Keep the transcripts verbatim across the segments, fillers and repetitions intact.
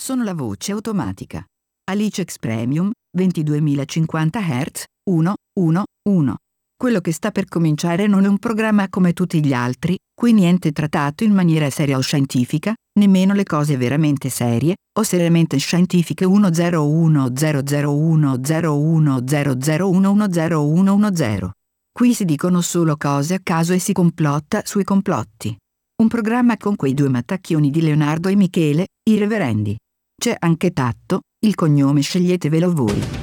sono la voce automatica. Alicex Premium ventiduemilacinquanta hertz uno uno uno. Quello che sta per cominciare non è un programma come tutti gli altri, qui niente trattato in maniera seria o scientifica, nemmeno le cose veramente serie o seriamente scientifiche. Uno zero uno zero zero uno zero uno zero zero uno uno zero uno uno zero. Qui si dicono solo cose a caso e si complotta sui complotti. Un programma con quei due mattacchioni di Leonardo e Michele, i reverendi. C'è anche Tatto, il cognome sceglietevelo voi.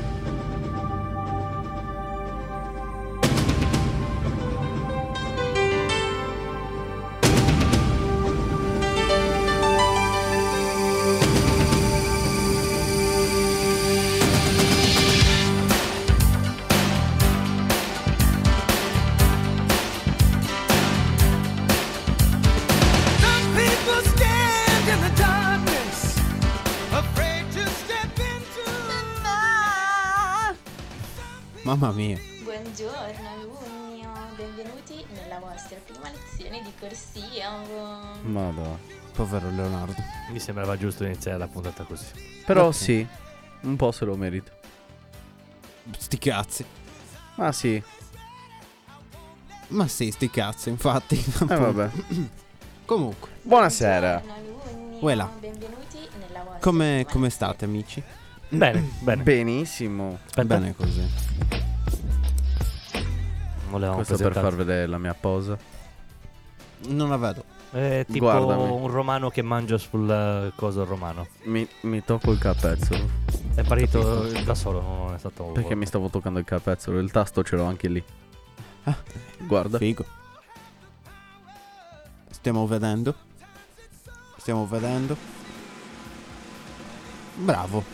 Mamma mia. Buongiorno alunni, benvenuti nella vostra prima lezione di corsia. Madonna, povero Leonardo. Mi sembrava giusto iniziare la puntata così. Però No. sì, un po' se lo merita. Sti cazzi. Ma sì, Ma sì, sti cazzi, infatti. eh vabbè. Comunque, Buonasera. Buongiorno alunni, Uela. benvenuti nella vostra come, prima come lezione. state, amici? Bene, bene. Benissimo. Aspetta. Bene così. Volevamo Questo per presentare. far vedere la mia posa. Non la vedo. È tipo Guardami. un romano che mangia sul eh, coso romano. Mi, mi tocco il capezzolo. È partito da solo, non è stato. Perché mi stavo toccando il capezzolo. Il tasto ce l'ho anche lì. Ah, Guarda. Figo. Stiamo vedendo. Stiamo vedendo. Bravo.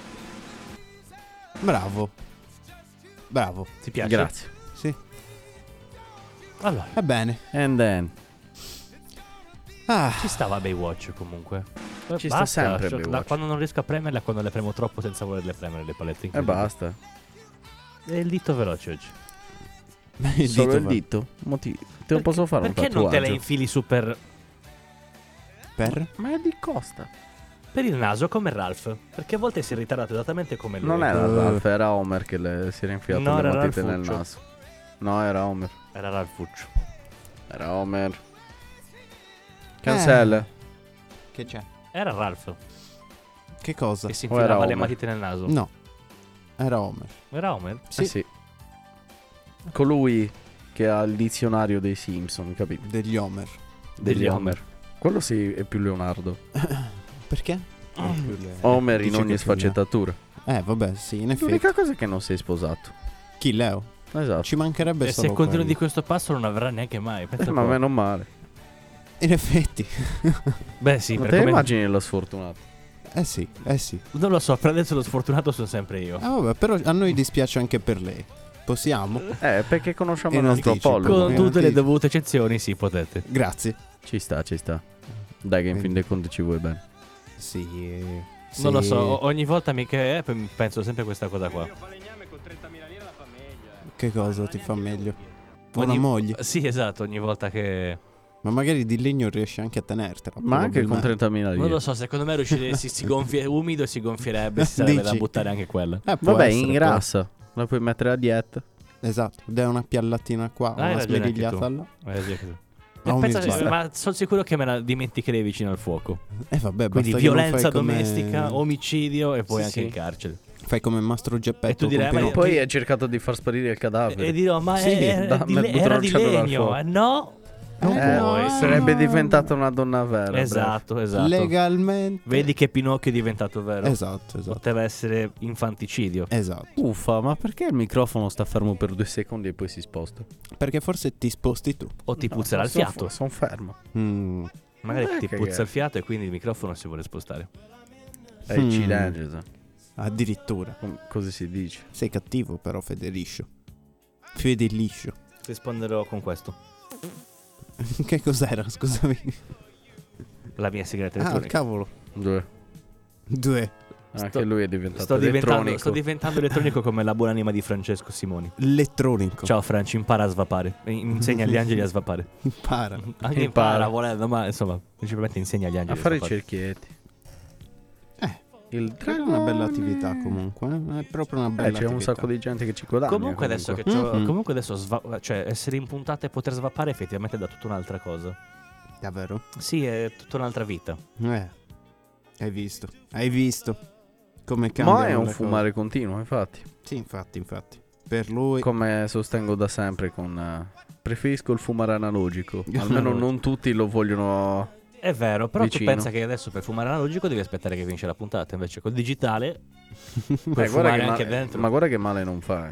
Bravo. Bravo. Ti piace? Grazie. Sì. Allora, Ebbene. And then. Ah, ci stava Baywatch comunque. Eh, Ci sta basta, sempre cioè, Baywatch. da quando non riesco a premerle, quando le premo troppo senza volerle premere le palette. E incredibile. basta. E il dito veloce oggi. il Solo dito il va- dito. Motivi. Te lo posso fare un Perché tatuaggio? non te le infili su per, Per? Ma è di costa. per il naso come Ralph? Perché a volte si è ritardato esattamente come lui. Non era Eh. Ralph, era Homer che le, si era infilato No, le era matite nel Ralfuccio. naso. No, era Homer. Era Ralfuccio. Era Homer. Cancella. Che c'è? Era Ralph Che cosa? che si O era infilava le Homer? matite nel naso. No. Era Homer. Era Homer? Sì. Eh sì. Colui che ha il dizionario dei Simpson, capito? Degli Homer. Degli Homer. Quello sì è più Leonardo. Perché? Homer in Dice ogni che più sfaccettatura. Eh, vabbè, sì, in effetti. L'unica cosa è che non sei sposato. Chi, Leo? Esatto. Ci mancherebbe E solo se continui quello. di questo passo non avverrà neanche mai. Pensa Eh, un ma po'. meno male. In effetti. Beh sì, Ma per te come- immagini lo sfortunato? Eh sì, eh sì. Non lo so, per adesso lo sfortunato sono sempre io. Ah, vabbè, però a noi dispiace anche per lei. Possiamo? Eh, perché conosciamo In il nostro anticipo. Apollo. Con eh, tutte le anticipo. dovute eccezioni, sì, potete. Grazie. Ci sta, ci sta. Dai che in fin dei conti ci vuoi bene. Sì. eh, sì. Non lo so, o- ogni volta mi che eh, p- penso sempre a questa cosa qua. Che cosa ti fa meglio? Una Ogni- moglie. Sì, esatto, ogni volta che... Ma magari di legno riesci anche a tenertela. Ma anche con probabilmente. trentamila lire. Non lo so, secondo me riuscire, si, si gonfia, umido e si gonfierebbe, si sarebbe da Dici? buttare anche quella. Eh, può Vabbè, essere, ingrassa. La puoi mettere a dieta. però. Esatto. Dai una piallatina qua, Hai una ragione anche smerigliata tu. là. Eh, sì, sì. Ah, E un pensa- mircea. ma sono sicuro che me la dimenticherei vicino al fuoco. Eh vabbè, Quindi basta che non violenza fai come- domestica, omicidio e poi Sì, anche sì. in carcere. Fai come Mastro Geppetto. E tu direi, con ma Pinocchio. Poi hai cercato di far sparire il cadavere. E dirò, ma Sì, è- da- di me- le- butterò era il di cellulare al legno. fuoco. Eh, no, non Eh, puoi. sarebbe diventata una donna vera. Esatto, esatto. Legalmente. Vedi che Pinocchio è diventato vero. Esatto, esatto. Poteva essere infanticidio. Esatto. Uffa, ma perché il microfono sta fermo per due secondi e poi si sposta? Perché forse ti sposti tu. O ti puzzerà il Sono- fiato. Sono fermo. Mm. Magari Eh, ti cagare. puzza il fiato e quindi il microfono si vuole spostare. È Mm. cilendro, Addirittura. così si dice. Sei cattivo però, Federiscio. Fedeliscio. Risponderò con questo. Che cos'era? Scusami. La mia segreta Ah, elettronica. cavolo. Due. Due. Anche Sto- lui è diventato sto, diventando, elettronico. sto diventando elettronico come la buonanima di Francesco Simoni. Elettronico. Ciao Franci, impara a svapare. E insegna agli angeli a svapare. Impara. Anche Impara. impara volendo, ma insomma, principalmente insegna agli A angeli a, fare i svapare. cerchietti. Il È una bella attività comunque, eh. È proprio una Eh, bella c'è attività. un sacco di gente che ci guadagna. Comunque adesso che comunque. c'ho- Mhm. comunque adesso sva- cioè essere in puntata e poter svappare effettivamente dà tutta un'altra cosa. Davvero? Sì, è tutta un'altra vita. Eh. Hai visto? Hai visto? Come cambia? Ma è un fumare continuo, infatti. Sì, infatti, infatti. Per lui... Come sostengo da sempre con... eh, preferisco il fumare analogico. Almeno Analogico. non tutti lo vogliono... È vero, però Vicino. tu pensa che adesso per fumare analogico devi aspettare che finisce la puntata, invece col digitale Eh, puoi guarda fumare che anche ma- dentro. Ma guarda che male non fa. eh.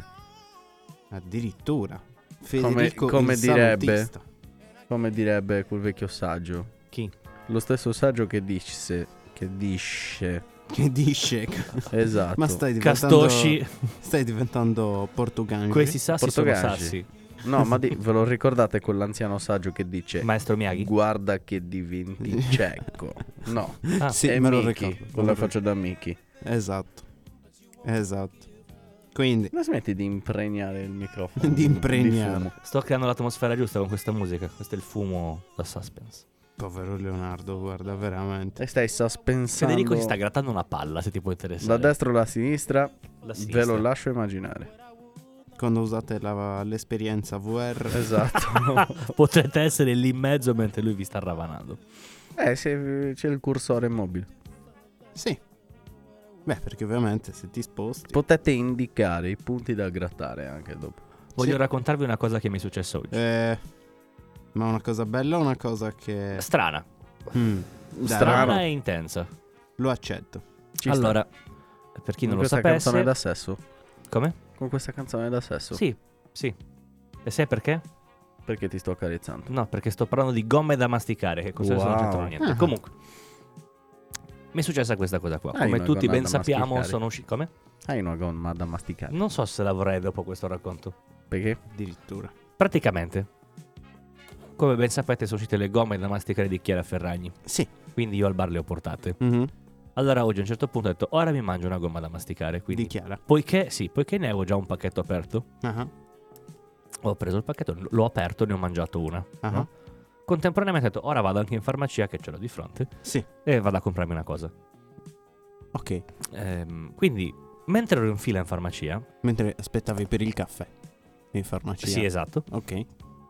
Addirittura. Federico come il direbbe- salutista. Come direbbe quel vecchio saggio. Chi? Lo stesso saggio che disse... Che dice... Che dice? Esatto. Ma stai diventando... Castoshi, Stai diventando portoghese. questi sassi sono Portoghesi. sassi. No, ma di- ve lo ricordate quell'anziano saggio che dice... Maestro Miyagi? Guarda che diventi cieco. No, Ah, Sì, è me lo Mickey, ricordo. con la faccia da Mickey. Esatto. Esatto. Quindi... Ma smetti di impregnare il microfono. Di impregnare. fumo. sto creando l'atmosfera giusta con questa musica. Questo è il fumo da suspense. Povero Leonardo, guarda, veramente. E stai sospensando Federico si sta grattando una palla, se ti può interessare. da destra o da sinistra, La ve sinistra. lo lascio immaginare. Quando usate la- l'esperienza V R. Esatto. Potrete essere lì in mezzo mentre lui vi sta ravanando. Eh, se c'è il cursore mobile. Sì. Beh, perché ovviamente se ti sposti... Potete indicare i punti da grattare anche dopo. Voglio Sì. raccontarvi una cosa che mi è successa oggi. Eh, ma una cosa bella o una cosa che... Strana. Mm, dai, Strana e intensa. Lo accetto. Ci allora, per chi sta. non lo Con questa sapesse... canzone da sesso. Come? Con questa canzone da sesso. Sì, sì. E sai perché? Perché ti sto accarezzando. No, perché sto parlando di gomme da masticare, che con sesso non Wow. c'entrano niente. Ah. Comunque, mi è successa questa cosa qua. Hai Come una tutti gonna ben da sappiamo, masticare? sono usciti... Come? Hai una gomma da masticare. Non so se la vorrei dopo questo racconto. Perché? Addirittura. Praticamente, come ben sapete, sono uscite le gomme da masticare di Chiara Ferragni. Sì. Quindi io al bar le ho portate. Mhm. Allora oggi a un certo punto ho detto, ora mi mangio una gomma da masticare. Quindi, Dichiara. poiché, sì, poiché ne avevo già un pacchetto aperto, Ah, ho preso il pacchetto, l'ho aperto, ne ho mangiato una. ah, no? Contemporaneamente ho detto, ora vado anche in farmacia, che ce l'ho di fronte, Sì. e vado a comprarmi una cosa. Ok. Ehm, quindi, mentre ero in fila in farmacia, Mentre aspettavi per il caffè in farmacia. sì, esatto, Ok.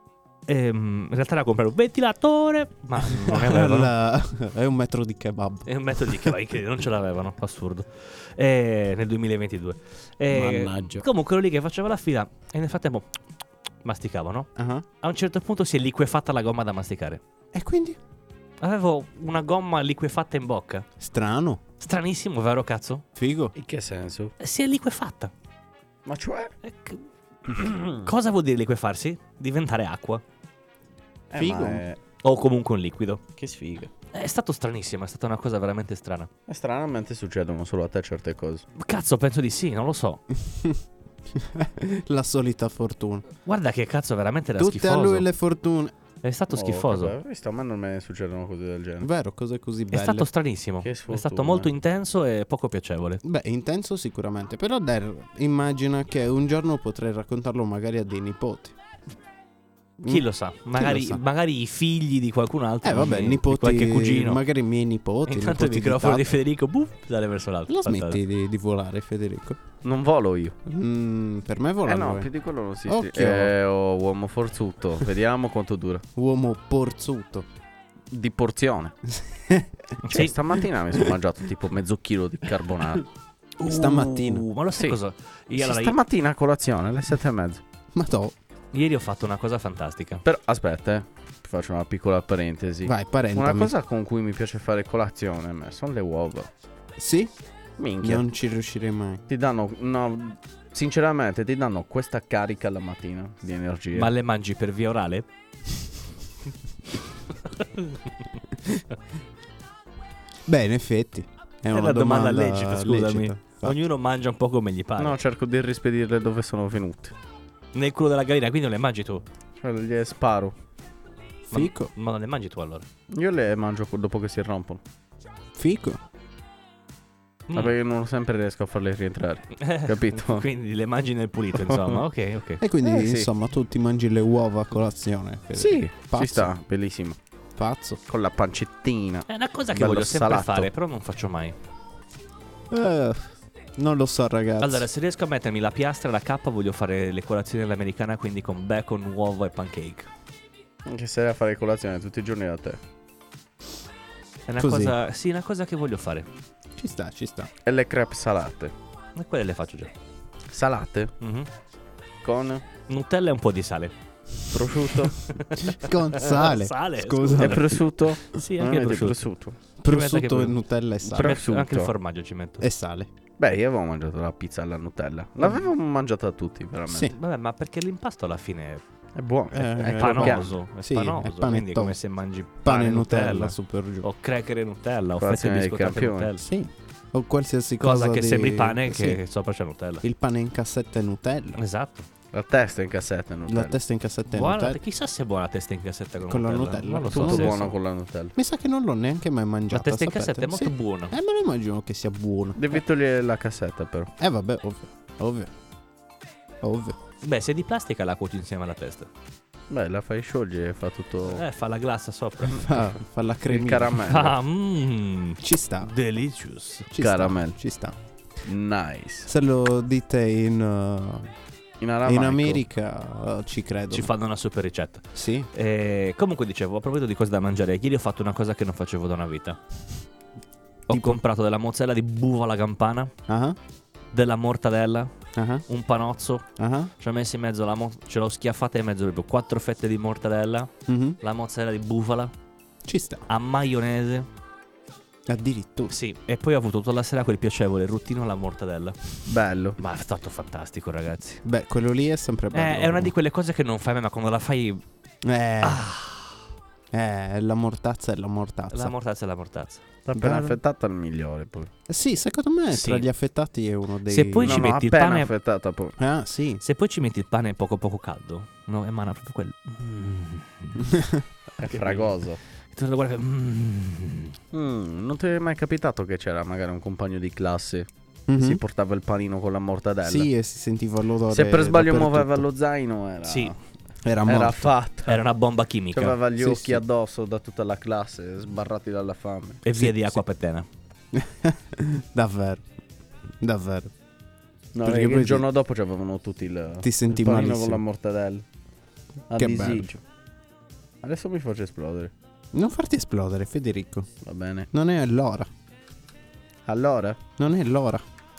ehm, in realtà era comprare un ventilatore, ma non ne avevano. La- È un metro di kebab. È un metodo di che vai, che non ce l'avevano, assurdo. E nel duemilaventidue. E Mannaggia. comunque ero lì che facevo la fila e nel frattempo masticavo, no? Ah. A un certo punto si è liquefatta la gomma da masticare. E quindi? Avevo una gomma liquefatta in bocca. Strano. Stranissimo, vero cazzo? Figo. In che senso? E si è liquefatta. Ma cioè? E che- Cosa vuol dire liquefarsi? Diventare acqua. Eh, Figo. ma è- O comunque un liquido. Che sfiga. È stato stranissimo, è stata una cosa veramente strana. E stranamente succedono solo a te certe cose. Cazzo, penso di sì, non lo so. La solita fortuna. Guarda che cazzo, veramente era Tutte schifoso. a lui le fortune. È stato Oh, schifoso. vabbè, visto, a me non me ne succedono cose del genere. Vero, cose così È belle. stato stranissimo. Che È sfortuna. stato molto intenso e poco piacevole. Beh, intenso sicuramente. Però Der, immagina che un giorno potrei raccontarlo magari a dei nipoti. Chi lo sa? Magari, lo sa? magari i figli di qualcun altro. Eh vabbè, di- nipoti, di qualche cugino. magari i miei nipoti. Intanto il nipoti microfono di, di Tata. Federico buff, sale verso l'alto. La Fantastico. smetti di, di volare, Federico? Non volo io. Mm, per me Eh vola no, lui. più di quello non si Occhio. Eh, oh, uomo forzuto. Vediamo quanto dura. Uomo porzuto. Di porzione. Sì. Cioè, stamattina mi sono mangiato tipo mezzo chilo di carbonara. Stamattina. Uh, ma lo sai Sì. cosa? Io, Sì, allora, i- stamattina a colazione alle sette e mezza. Ma no. ieri ho fatto una cosa fantastica. Però aspetta, eh. Faccio una piccola parentesi. Vai, parentami. Una cosa con cui mi piace fare colazione a me sono le uova. Sì? Minchia. Non ci riuscirei mai. Ti danno, no, sinceramente ti danno questa carica la mattina di energia. Ma le mangi per via orale? Beh, in effetti. È È una una domanda, domanda lecita, scusami. lecita. Ognuno mangia un po' come gli pare. No, cerco di rispedirle dove sono venute. Nel culo della gallina, quindi non le mangi tu. Cioè le sparo. Ma- Fico. Ma non le mangi tu allora? Io le mangio dopo che si rompono. Fico. Mm. Ma perché non sempre riesco a farle rientrare. Capito? Quindi le mangi nel pulito, insomma. Ok, ok. E quindi, Eh, sì. insomma, tu ti mangi le uova a colazione. Federico. Sì, Pazzo. ci sta, bellissimo. Pazzo. Con la pancettina. È una cosa che Bello voglio sempre salato. fare, però non faccio mai. Eh, non lo so, ragazzi. Allora, se riesco a mettermi la piastra e la cappa, voglio fare le colazioni all'americana, quindi con bacon, uovo e pancake. Anche se a fare colazione tutti i giorni da te. È una Così. cosa, sì, una cosa che voglio fare. Ci sta, ci sta. E le crepe salate. E quelle le faccio già. Salate? Mhm. Con Nutella e un po' di sale. prosciutto? Con sale. Sale, Scusa. E prosciutto? Sì, Non anche il metti prosciutto. prosciutto. Prosciutto Ci metto e anche Nutella e Ci sale. Però- metto anche il prosciutto. formaggio ci metto. E sale. Beh, io avevo mangiato la pizza alla Nutella. L'avevo mangiata tutti, veramente. Sì. Vabbè, ma perché l'impasto alla fine È buono. Eh, è, è è panoso, è Sì, panoso, è quindi è panettone. come se mangi pane, Pane e e Nutella, Nutella, su per giù. o cracker e Nutella, o fette Colazione dei biscottate e campioni. Nutella. Sì. O qualsiasi cosa, Cosa che di... sembri pane sì. che sopra c'è Nutella. Il pane in cassetta e Nutella. Esatto. La testa in cassetta Nutella. La testa in cassetta e Buona, Nutella. chissà se è buona la testa in cassetta con, Con la Nutella. Nutella. Non lo so. Tutto se- buono con la Nutella. Mi sa che non l'ho neanche mai La mangiata. testa in sapete? cassetta è molto Sì. buona. Eh, me lo immagino che sia buono. Devi togliere la cassetta però. Eh, vabbè, ovvio. Ovvio. Ovvio. Beh, se è di plastica la cuoci insieme alla testa. Beh, la fai sciogliere e fa tutto Eh, fa la glassa sopra. Fa, fa la il cremina. caramello. Ah, mmm. Ci sta. Delicious. Ci Caramello. sta. Ci sta. Nice. Se lo dite in, uh, In aramaico. in America, uh, ci credo. Ci fanno una super ricetta. Sì. E comunque dicevo, a proposito di cose da mangiare, ieri ho fatto una cosa che non facevo da una vita. Ho Tipo? comprato della mozzarella di bufala campana, Ah, della mortadella, ah, un panozzo. ah. Ci ho messo in mezzo la mo- ce l'ho schiaffata in mezzo proprio quattro fette di mortadella, Mhm. la mozzarella di bufala, Ci sta. a maionese. Addirittura. Sì, e poi ho avuto tutta la sera quel piacevole ruttino alla mortadella. Bello. Ma è stato fantastico, ragazzi. Beh, quello lì è sempre bello. Eh, è una di quelle cose che non fai mai, ma quando la fai. Eh, Ah, eh, la mortazza è la mortazza. la mortazza è la mortazza. Appena Guarda. affettata è il migliore poi. Eh, sì, secondo me Sì. tra gli affettati è uno dei... Se poi No, ci no, metti il appena pane- affettata poi. Ah, sì. Se poi ci metti il pane poco poco caldo, no, emana proprio quel. Mm. È fragoso. Tu lo guardi. Mm. Mm, non ti è mai capitato che c'era magari un compagno di classe che Mhm. si portava il panino con la mortadella? Sì, e si sentiva l'odore. Se per sbaglio dappertutto. muoveva lo zaino era, Sì. Era era morto. fatta. Era una bomba chimica. Aveva gli Sì, occhi sì. addosso da tutta la classe, sbarrati dalla fame. E Sì, via di sì. acqua pettena. Davvero. Davvero. No, Perché perché poi il giorno dopo c'avevano tutti il, ti senti il panino malissimo. con la mortadella. A Che disagio. Adesso mi faccio esplodere. Non farti esplodere, Federico. Va bene. Non è l'ora. Allora? Non è l'ora.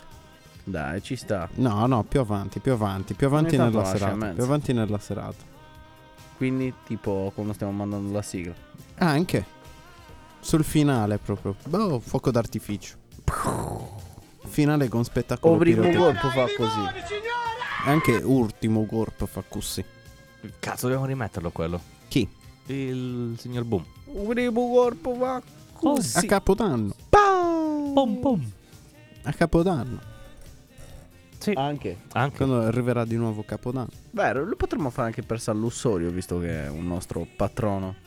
Dai, ci sta. No, no, più avanti, più avanti, più avanti Ogni tanto nella lascia e serata. mezzo. Più avanti nella serata. Quindi, tipo, quando stiamo mandando la sigla. Ah, anche. Sul finale proprio. Boh, fuoco d'artificio. Finale con spettacolo O primo pirotecnico. colpo fa così. Anche ultimo colpo fa così. Cazzo, dobbiamo rimetterlo quello. Chi? Il signor Boom. O primo colpo fa A così. Capodanno. Pom pom. A Capodanno. Sì, Anche. anche. Quando arriverà di nuovo Capodanno. Beh, lo potremmo fare anche per San Lussorio, visto che è un nostro patrono.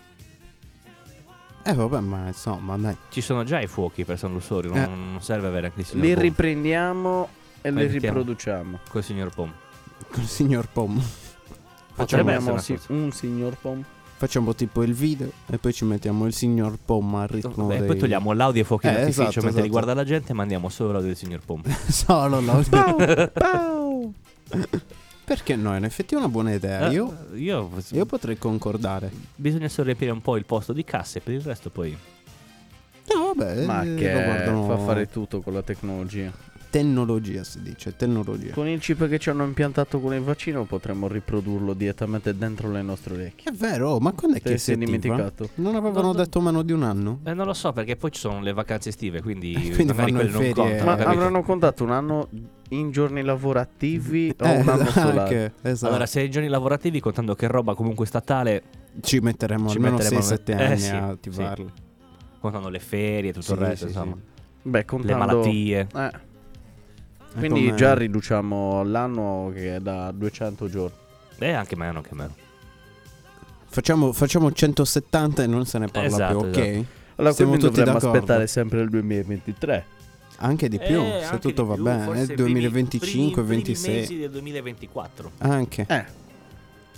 Eh vabbè, ma insomma, dai. Ci sono già i fuochi per San Lussorio, Eh. non, non serve avere anche il signor Li Boom riprendiamo e li Mettiamo. riproduciamo. col signor Pom. Col signor Pom. Potrebbe essere Chiamiamo una si- soluzione. un signor Pom. Facciamo tipo il video e poi ci mettiamo il signor Pom al ritmo E dei... poi togliamo l'audio e fuochi Eh, d'artificio esatto, mentre li esatto. guarda la gente e mandiamo solo l'audio del signor Pom. Solo l'audio. Pow, pow. Perché no? In effetti è una buona idea. Eh, Io, io, io potrei concordare. bisogna solo riempire un po' il posto di casse, per il resto poi. No, vabbè. Ma eh, che lo guardano- fa fare tutto con la tecnologia. Tecnologia si dice, tecnologia. Con il chip che ci hanno impiantato con il vaccino potremmo riprodurlo direttamente dentro le nostre orecchie. È vero, oh, ma quando è Te che sei si attiva? dimenticato? Non avevano No, no. detto meno di un anno? Eh, non lo so perché poi ci sono le vacanze estive, quindi, Quindi magari fanno le quelle non ferie. contano. Ma Eh, capito? avranno contato un anno in giorni lavorativi o Eh, un anno solare? anche, esatto. Allora, se i giorni lavorativi, contando che roba comunque statale, ci metteremo ci almeno metteremo- sei sette eh, anni sì, a sì. attivarli. contando le ferie e tutto Sì, il resto, sì, insomma, sì. Beh, le contando... malattie. Eh. È Quindi come- già riduciamo l'anno che è da duecento giorni. E anche meno, anche meno. Facciamo, facciamo centosettanta e non se ne parla Esatto, più, ok? esatto. Allora Siamo quindi tutti dovremmo d'accordo. aspettare sempre il duemilaventitré. Anche di più, Eh, se anche tutto di va più, bene. forse Eh, primi- duemilaventicinque primi- primi ventisei mesi del duemilaventiquattro. Anche. Eh.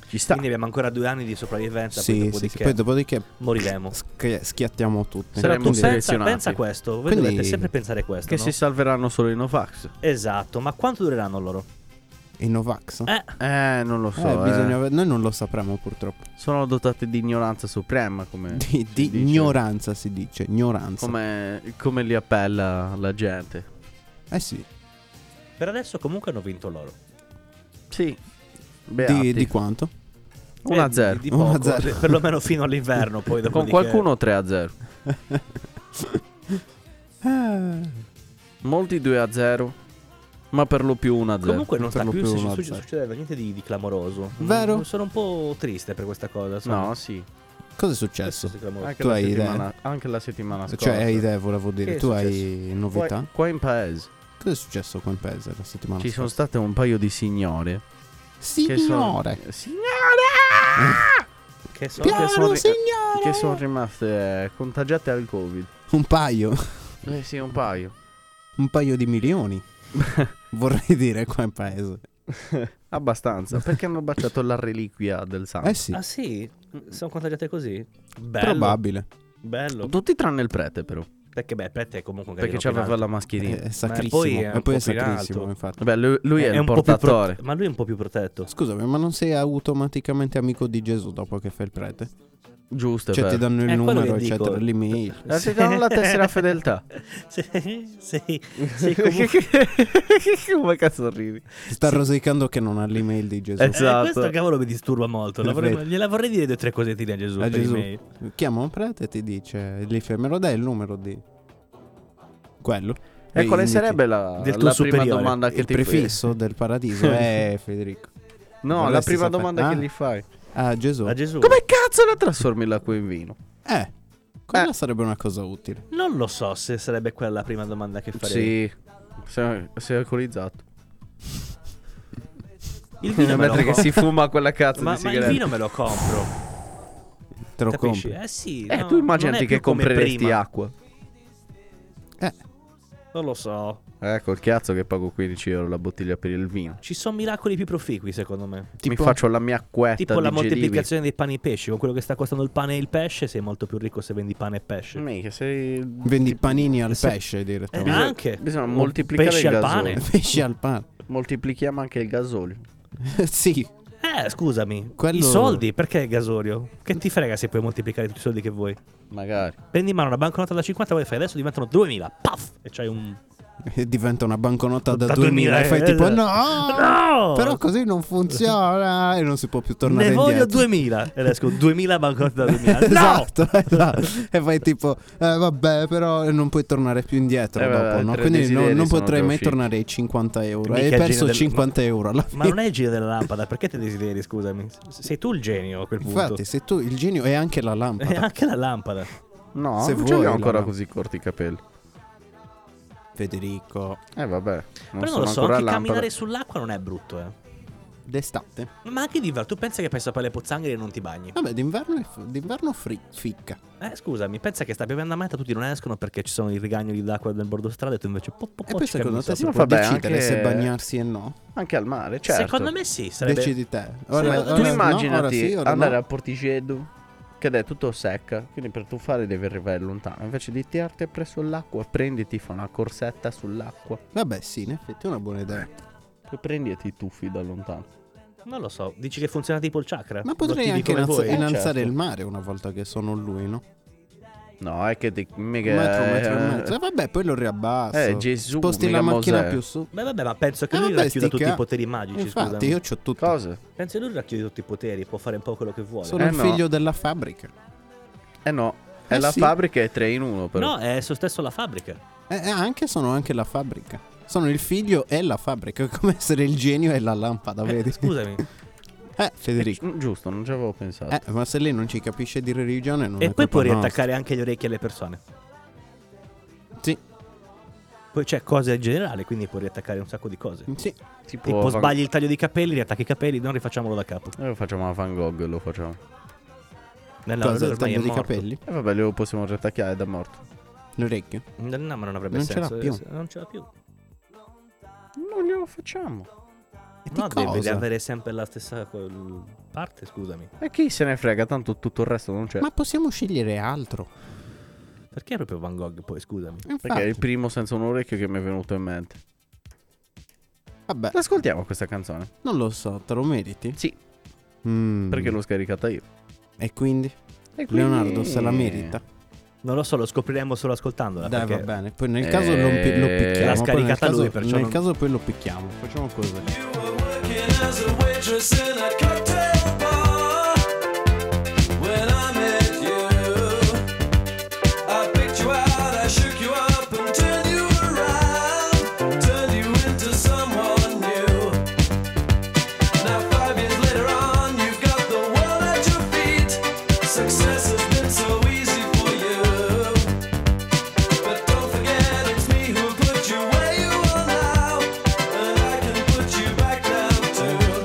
Ci sta. Quindi abbiamo ancora due anni di sopravvivenza. Sì, poi sì, sì. dopodiché Poi dopodiché moriremo. schi- schiattiamo tutti. Saremo Tu pensa, selezionati. pensa questo. Voi Quindi- dovete sempre pensare questo, Che no? si salveranno solo i Novax. Esatto, ma quanto dureranno loro? I Novax? Eh, Eh, non lo so. Eh, eh. bisogna- Noi non lo sapremo purtroppo. Sono dotati di ignoranza suprema, come Di, si di dice. ignoranza si dice, ignoranza. Come, come li appella la gente. Eh sì. per adesso comunque hanno vinto loro. Sì. Di, Beati. di quanto? uno a Eh, zero. di, di uno a poco, zero. de- perlomeno fino all'inverno. Poi Con dopodiché- qualcuno tre a zero. Eh, Molti due a zero. Ma per lo più uno a zero. Comunque non Per sta lo più più su- uno a su- zero. succedendo niente di, di clamoroso. Vero? Mm, Sono un po' triste per questa cosa. insomma. No, sì. cosa è Adesso successo? si clamoroso. Anche, Tu la hai settimana, anche la settimana scorsa. Cioè, hai idee, volevo dire. Che è Tu hai successo? novità? Qua, qua in paese Cosa è successo qua in paese la settimana ci sono scorsa? state un paio di signore. che sono- Signore! Signore! Che sono? Piano, Piano, sono ri- signore! Che sono rimaste eh, contagiate al Covid. Un paio. Eh sì, un paio. Un paio di milioni. Vorrei dire qua in paese. Abbastanza. Perché hanno baciato la reliquia del santo. Eh sì, Ah sì? Sono contagiate così? Bello. probabile. Bello. Tutti tranne il prete, però. Perché beh, Prete è comunque un Perché gradino più c'aveva in la alto. mascherina. È sacrissimo. poi è un e poi è po' più in sacrissimo, alto. infatti. Beh, lui, lui è, il un po' più portatore. prote- ma lui è un po' più protetto. Scusami, ma non sei automaticamente amico di Gesù dopo che fai il prete? Giusto, è Cioè ti vero. danno il È quello numero, che dico. eccetera, l'email. Eh, ti danno la tessera fedeltà. Sì, sì, sì, comunque- Come cazzo ridi? Ti sta rosicando che non ha l'email di Gesù. Eh, Eh, Esatto. questo cavolo mi disturba molto. La vorrei- gliela vorrei dire due o tre cosettine a Gesù. A per Gesù. email. Chiama un prete e ti dice, gli fai, me lo dai il numero di quello? E quale indichi sarebbe la, Del tuo la prima superiore. domanda che il ti prefisso del paradiso? Eh, Federico. No, la Vorresti prima sapere- domanda Ah. che gli fai. Ah, Gesù. A Gesù. Come cazzo la trasformi l'acqua in vino? Eh, quella Eh. sarebbe una cosa utile. Non lo so se sarebbe quella la prima domanda che farei. Sì. Sei, sei alcolizzato. Il vino me lo Mentre che compro. si fuma quella cazzo Ma, di ma il sigaretta. vino me lo compro. Te lo Capisci? compri. Eh sì. Eh, no, tu non immaginati è che più come compreresti prima. acqua. Eh, Non lo so. Eh, col cazzo che pago quindici euro la bottiglia per il vino. Ci sono miracoli più proficui, secondo me. Mi faccio la mia acquetta Tipo di la gelibi. moltiplicazione dei pani e pesci. Con quello che sta costando il pane e il pesce, sei molto più ricco se vendi pane e pesce. Mica, sei... vendi panini al Se- pesce Eh, direttamente. anche. bisogna Un moltiplicare pesce il al gasolio. pane. Pesci al pane. Moltiplichiamo anche il gasolio. Sì, Eh, scusami. Quello- I soldi, perché il gasolio? Che ti frega se puoi moltiplicare tutti i soldi che vuoi? Magari. Prendi in mano una banconota da cinquanta e fai adesso diventano duemila. Paf! E c'hai un... e diventa una banconota da Da duemila e fai duemila, tipo eh, no, No! però così non funziona e non si può più tornare Ne voglio indietro. duemila. Ed escono duemila banconote da duemila. No! Esatto, esatto. E fai tipo eh, vabbè, però non puoi tornare più indietro Eh, dopo, vabbè, no? tre Quindi desideri non, non sono potrai già mai usciti. tornare ai cinquanta euro. Mica Hai il perso genio del- cinquanta euro alla fine. Ma non è il genio della lampada, perché te desideri, scusami? Sei tu il genio a quel punto. Infatti, se tu il genio è anche la E lampada. anche la lampada. No, Se non vuoi, ce li ho ancora la- così corti i capelli. Federico, Eh vabbè. Non Però non sono lo so, ancora anche a lampada. camminare sull'acqua non è brutto, eh. d'estate. Ma anche d'inverno, tu pensa che pensi a le pozzanghere e non ti bagni? Vabbè, d'inverno, è f- d'inverno fri- ficca. Eh, scusami, pensa che sta piovendo a metà, tutti non escono perché ci sono i rigagnoli d'acqua nel bordo strada e tu invece po, po, E po, poi ci secondo cammini te si sopra. può vabbè, decidere anche- se bagnarsi e no? Anche al mare, certo. Secondo me sì, sarebbe... Decidi te. Sì, Ora, ma ora tu no, immaginati ora sì, ora andare no. a Porticedo, che è tutto secca, quindi per tuffare devi arrivare lontano. Invece di tirarti presso l'acqua, prendi e ti fa una corsetta sull'acqua. Vabbè, sì, in effetti è una buona idea. Poi prendi e ti tuffi da lontano. Non lo so, dici che funziona tipo il chakra? Ma Lo potrei attivi anche come innalza- vuoi? innalzare certo. il mare una volta che sono lui, no? No, è che ti, mica Un metro, un eh, metro e mezzo. Eh, vabbè, poi lo riabbasso. Eh, Gesù, Sposti mica la macchina Mosè. più su. Beh vabbè, ma penso che Eh, lui vabbè, racchiuda sti tutti ca- i poteri magici, Infatti, scusami. io c'ho tutto. Cosa? Penso che lui racchiude tutti i poteri, può fare un po' quello che vuole. Sono Eh, il no. figlio della fabbrica. Eh no, è Eh, la sì. fabbrica è tre in uno però. No, è esso stesso la fabbrica. Eh, eh, anche sono anche la fabbrica. Sono il figlio e la fabbrica. È come essere il genio e la lampada, Eh, vedi? scusami. Eh, Federico. Mm, Giusto, non ci avevo pensato. Eh, ma se lei non ci capisce di religione, non E è poi puoi colpa riattaccare anche le orecchie alle persone. nostra. Sì, Poi c'è cose in generale, quindi puoi riattaccare un sacco di cose. sì. Tipo, Tipo Van- sbagli il taglio di capelli, riattacchi i capelli, non rifacciamolo da capo. Eh, lo facciamo a Van Gogh, lo facciamo. Nella Cosa, il ormai è taglio di morto. capelli? E vabbè, lo possiamo riattaccare da morto. L'orecchio? No, ma non avrebbe Non ce l'ha senso. più. eh, Non ce l'ha più. Non glielo facciamo. E di No, deve cosa? avere sempre la stessa. col- parte, scusami. E chi se ne frega, tanto tutto il resto non c'è. Ma possiamo scegliere altro. Perché proprio Van Gogh poi, scusami? Infatti, Perché è il primo senza un orecchio che mi è venuto in mente. vabbè, Ascoltiamo questa canzone. non lo so, te lo meriti? Sì. Mm. Perché l'ho scaricata io. E quindi? E quindi- Leonardo se la merita? Non lo so, lo scopriremo solo ascoltandola. Dai, perché va bene. Poi nel caso lo, pi- lo Eh, picchiamo. l'ha poi scaricata nel caso, lui, perciò Nel non- caso poi lo picchiamo. Facciamo così. You were working as a waitress in a cocktail bar when I met you. I picked you out, I shook you up and turned you around, turned you into someone new. Now five years later on, you've got the world at your feet. Success has been so easy for you, but don't forget it's me who put you where you are now, and I can put you back down too.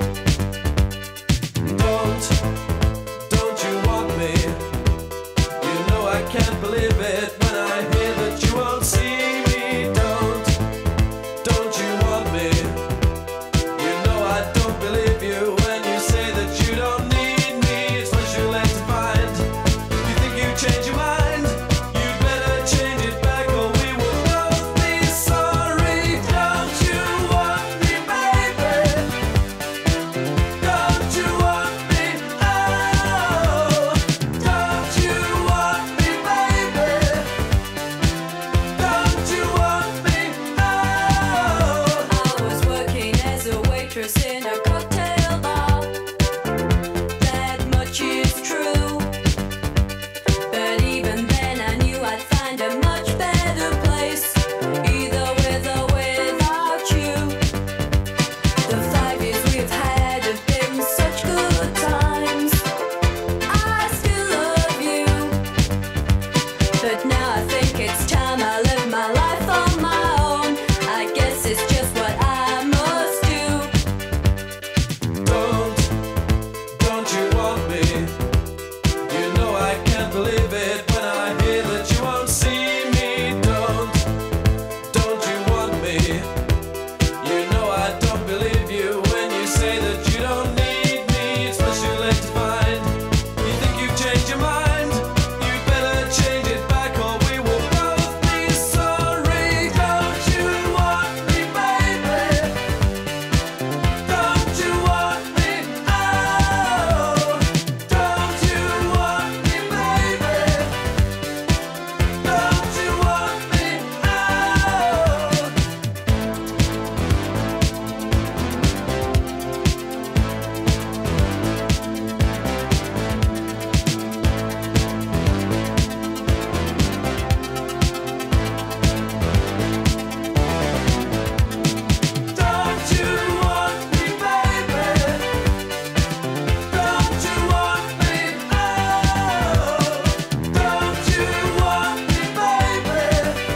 Don't, don't you want me? You know I can't believe it when I hear that you won't see me. Don't, don't you want me? You know I don't believe you when you say that you don't need me. It's much too late to find. You think you change your mind? You'd better change it back or we will both be sorry. Don't you want me, baby? Don't you want me? Oh, don't you want me, baby? Don't you want me? Oh. I was working as a waitress in a cocktail bar. That much is true. But even then I knew I'd find a much better place, either with or without you. The five years we've had have been such good times. I still love you, but now I think it's time I live my life on my own. I guess it's just what I must do. Don't, don't you want me? You know I can't believe it when I hear that you won't see me. Don't, don't you want me? You know I don't believe you when you say that you don't need me. It's much too late to find. You think you've changed your mind? You'd better change it back or we will both be sorry. Don't you want me, baby? Don't you want me? Oh, don't you want me, baby? Don't you want me? Oh. Don't you want me, baby? Don't you want me? Oh, don't you want me, baby?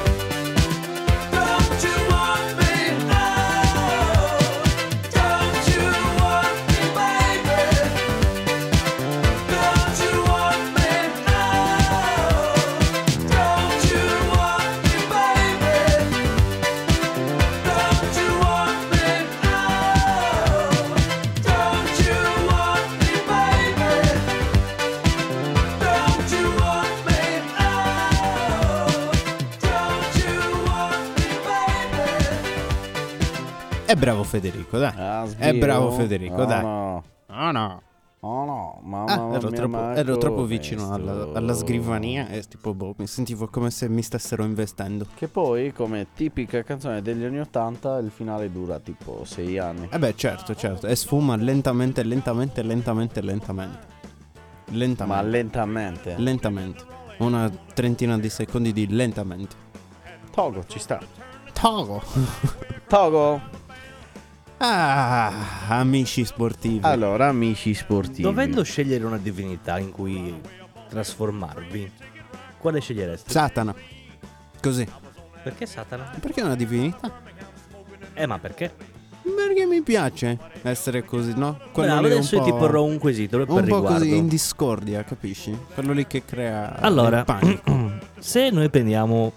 Don't you want me? Oh, don't you want me, baby? Don't you want me? Oh, don't you want me, baby? Don't you want me? Oh, don't you want me, baby? Don't you want me? Oh, don't you want me, baby? È bravo Federico, dai. Ah, È bravo sbiro? Federico, Oh, dai. no. Oh no. Oh no, mamma Ah, ero, mia, troppo, ma ero troppo come vicino alla, sto? alla scrivania e tipo boh, mi sentivo come se mi stessero investendo. Che poi, come tipica canzone degli anni ottanta, il finale dura tipo sei anni. Eh beh, certo, certo. E sfuma lentamente, lentamente, lentamente, lentamente. Lentamente. Ma lentamente. Lentamente. Una trentina di secondi di lentamente. Togo, ci sta. Togo. Togo. Ah, amici sportivi. Allora, amici sportivi. Dovendo scegliere una divinità in cui trasformarvi, quale scegliereste? Satana. Così. Perché Satana? Perché è una divinità? Eh, ma perché? Perché mi piace essere così, no? Bravo, lì un adesso io ti po'- porrò un quesito per un po' riguardo. così in discordia, capisci? Quello lì che crea Allora, il panico. se noi prendiamo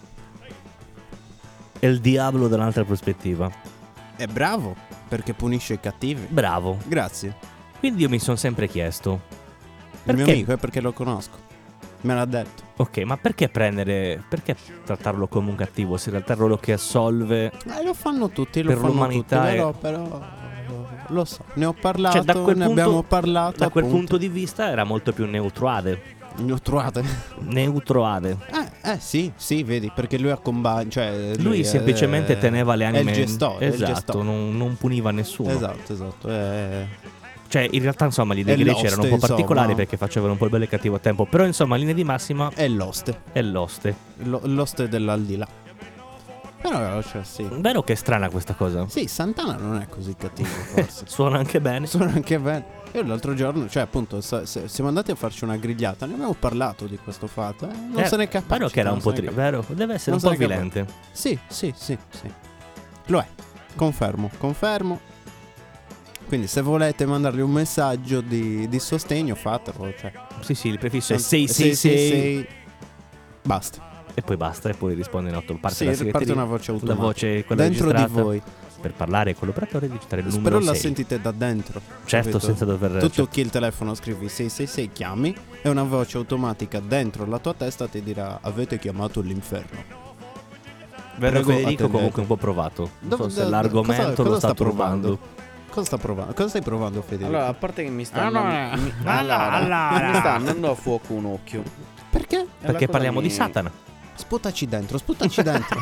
il diavolo dall'altra prospettiva, È bravo perché punisce i cattivi. bravo. Grazie. Quindi io mi sono sempre chiesto, Il mio perché- amico è perché lo conosco. Me l'ha detto. ok, ma perché prendere, perché trattarlo come un cattivo se in realtà è il ruolo che assolve? Eh, lo fanno tutti, lo Per fanno tutti, l'umanità è- però, però lo so, ne ho parlato, Cioè, da quel ne punto- abbiamo parlato. Da quel appunto. punto di vista era molto più neutrale. Ne ho trovate. Neutrale. Eh, eh sì, sì, vedi, perché lui ha combattuto, cioè Lui è- semplicemente teneva le è il anime. gestore, è il Esatto, gestore. non, non puniva nessuno. Esatto, esatto. È... Cioè, in realtà, insomma, gli dei È greci l'oste, erano un po' insomma. particolari perché facevano un po' il bello e il cattivo a tempo. Però, insomma, in linea di massima è l'oste. è l'oste. Lo- l'oste dell'aldilà. Però, cioè, sì. Vero che è strana questa cosa? Sì, Santana non è così cattivo, forse. Suona anche bene. Suona anche bene. Io l'altro giorno, cioè appunto, sa- se- siamo andati a farci una grigliata, ne abbiamo parlato di questo fatto. eh, Non Eh, se ne è capace. Vero che era non un po' se ne è tri- capace. vero, deve essere Non un po' se ne è capace. violente. Sì, sì, sì, sì. Lo è. Confermo, confermo. Quindi se volete mandargli un messaggio di, di sostegno, fatelo. Cioè, Sì, sì, il prefisso è sei, sei sei sei Basta. e poi basta e poi risponde in otto. Parte Sì, la parte segreteria, una voce la automatica. voce quella Dentro di registrata voi. per parlare con l'operatore digitale il numero Spero la sei. sentite da dentro. Certo, capito? senza dover Tu cioè, tocchi il telefono, scrivi sei sei sei, chiami e una voce automatica dentro la tua testa ti dirà avete chiamato l'inferno. Vero Prego, Federico attendete. comunque un po' provato. Non Dove- so se dove- l'argomento cosa- lo cosa sta, sta turbando. provando? Cosa sta provando? Cosa stai provando, Federico? Allora, a parte che mi sta Allora, andando, mi, allora, allora. mi sta andando a fuoco un occhio. Perché? E la Perché cosa parliamo mi- di Satana. Sputaci dentro, sputaci dentro.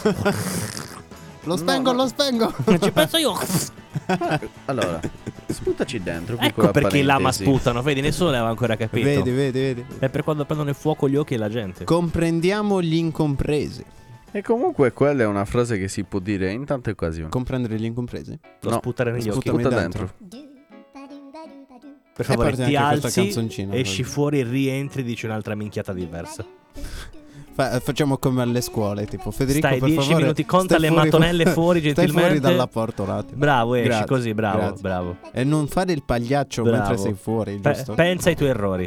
Lo No, spengo, no. lo spengo. Ci penso io. Allora, sputaci dentro. Ecco piccola perché i lama parentesi. sputano. Vedi, nessuno l'aveva ancora capito. Vedi, vedi, vedi. È per quando prendono il fuoco gli occhi e la gente. Comprendiamo gli incompresi. E comunque quella è una frase che si può dire in tante occasioni. Comprendere gli incompresi? Lo No, sputare negli occhi. sputami Sputa dentro. dentro. Per favore, parte ti anche questa alzi, canzoncina, esci poi. fuori, rientri, dici un'altra minchiata diversa. Fa- facciamo come alle scuole, tipo Federico, Stai per dieci favore, minuti, conta stai le mattonelle fuori Stai gentilmente. fuori dalla porta un attimo. Bravo, esci Grazie, così, bravo, grazie. bravo. E non fare il pagliaccio Bravo. mentre sei fuori, Pe- giusto? pensa ai tuoi errori.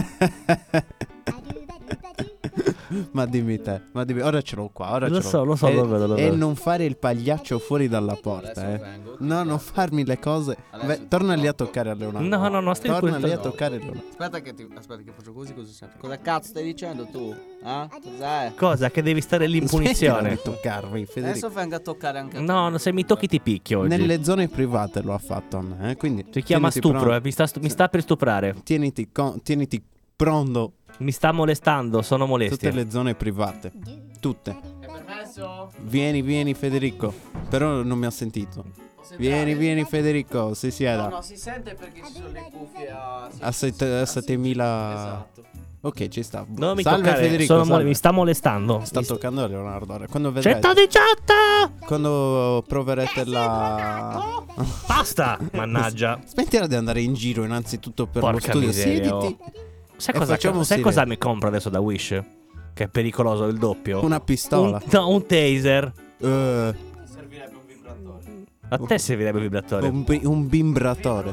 Ma dimmi te, ma dimmi, ora ce l'ho qua, ora Lo ce l'ho. so, lo so, e, lo vedo, lo e vedo. non fare il pagliaccio fuori dalla porta, eh. No, non farmi le cose. Beh, torna lì a toccare a Leonardo. No, no, no, stai Torna pure- lì a toccare a Leonardo. Aspetta che ti. Aspetta che faccio così così sento. Cosa cazzo stai dicendo tu? Eh? Cos'è? Cosa? Che devi stare lì in Smettila punizione. di toccarmi, Federico. Adesso venga a toccare anche a te. No, no, se mi tocchi ti picchio oggi. Nelle zone private lo ha fatto a me, eh, quindi Si chiama tieniti stupro, pronto. eh, mi, sta, stu- mi sta per stuprare. Tieniti, con- tieniti pronto. Mi sta molestando, sono molestia. Tutte le zone private. Tutte. È permesso? Vieni, vieni Federico. Però non mi ha sentito. Vieni, vieni Federico, si sieda. No, no, si sente perché ci sono le cuffie a. A sette- a settemila. Esatto. Ok, ci sta. Non mi Salve toccare, Federico. sono mole- salve. mi sta molestando. Sta Mi sta- toccando a Leonardo. ora. Quando vedrete, centodiciotto! quando proverete la. Basta! Mannaggia. Smettila di andare in giro innanzitutto per Porca lo studio. miseria, Siediti. Sai, E cosa, facciamo sai sirene. cosa mi compro adesso da Wish? Che è pericoloso il doppio. Una pistola. Un, no, un taser. Eh, Servirebbe un vibratore. A te servirebbe il vibratore. un, bi- un vibratore.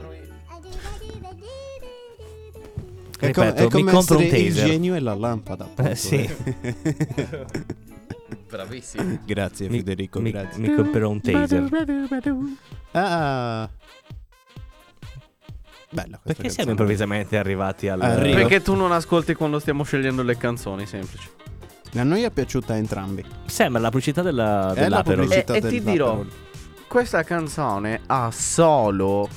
È, Ripeto, come- è come mi compro un essere il taser. genio e la lampada. appunto, Eh, sì. eh. Bravissimo. Grazie Mi- Federico, mi, grazie. mi comprerò un taser. Ah. Bella questa Perché siamo canzone. improvvisamente arrivati al... Arrivo. Perché tu non ascolti quando stiamo scegliendo le canzoni, semplice. A noi è piaciuta a entrambi. Sembra la pubblicità della, È la dell'Aperol. pubblicità. E, e del ti dirò, Vaporwave. questa canzone ha solo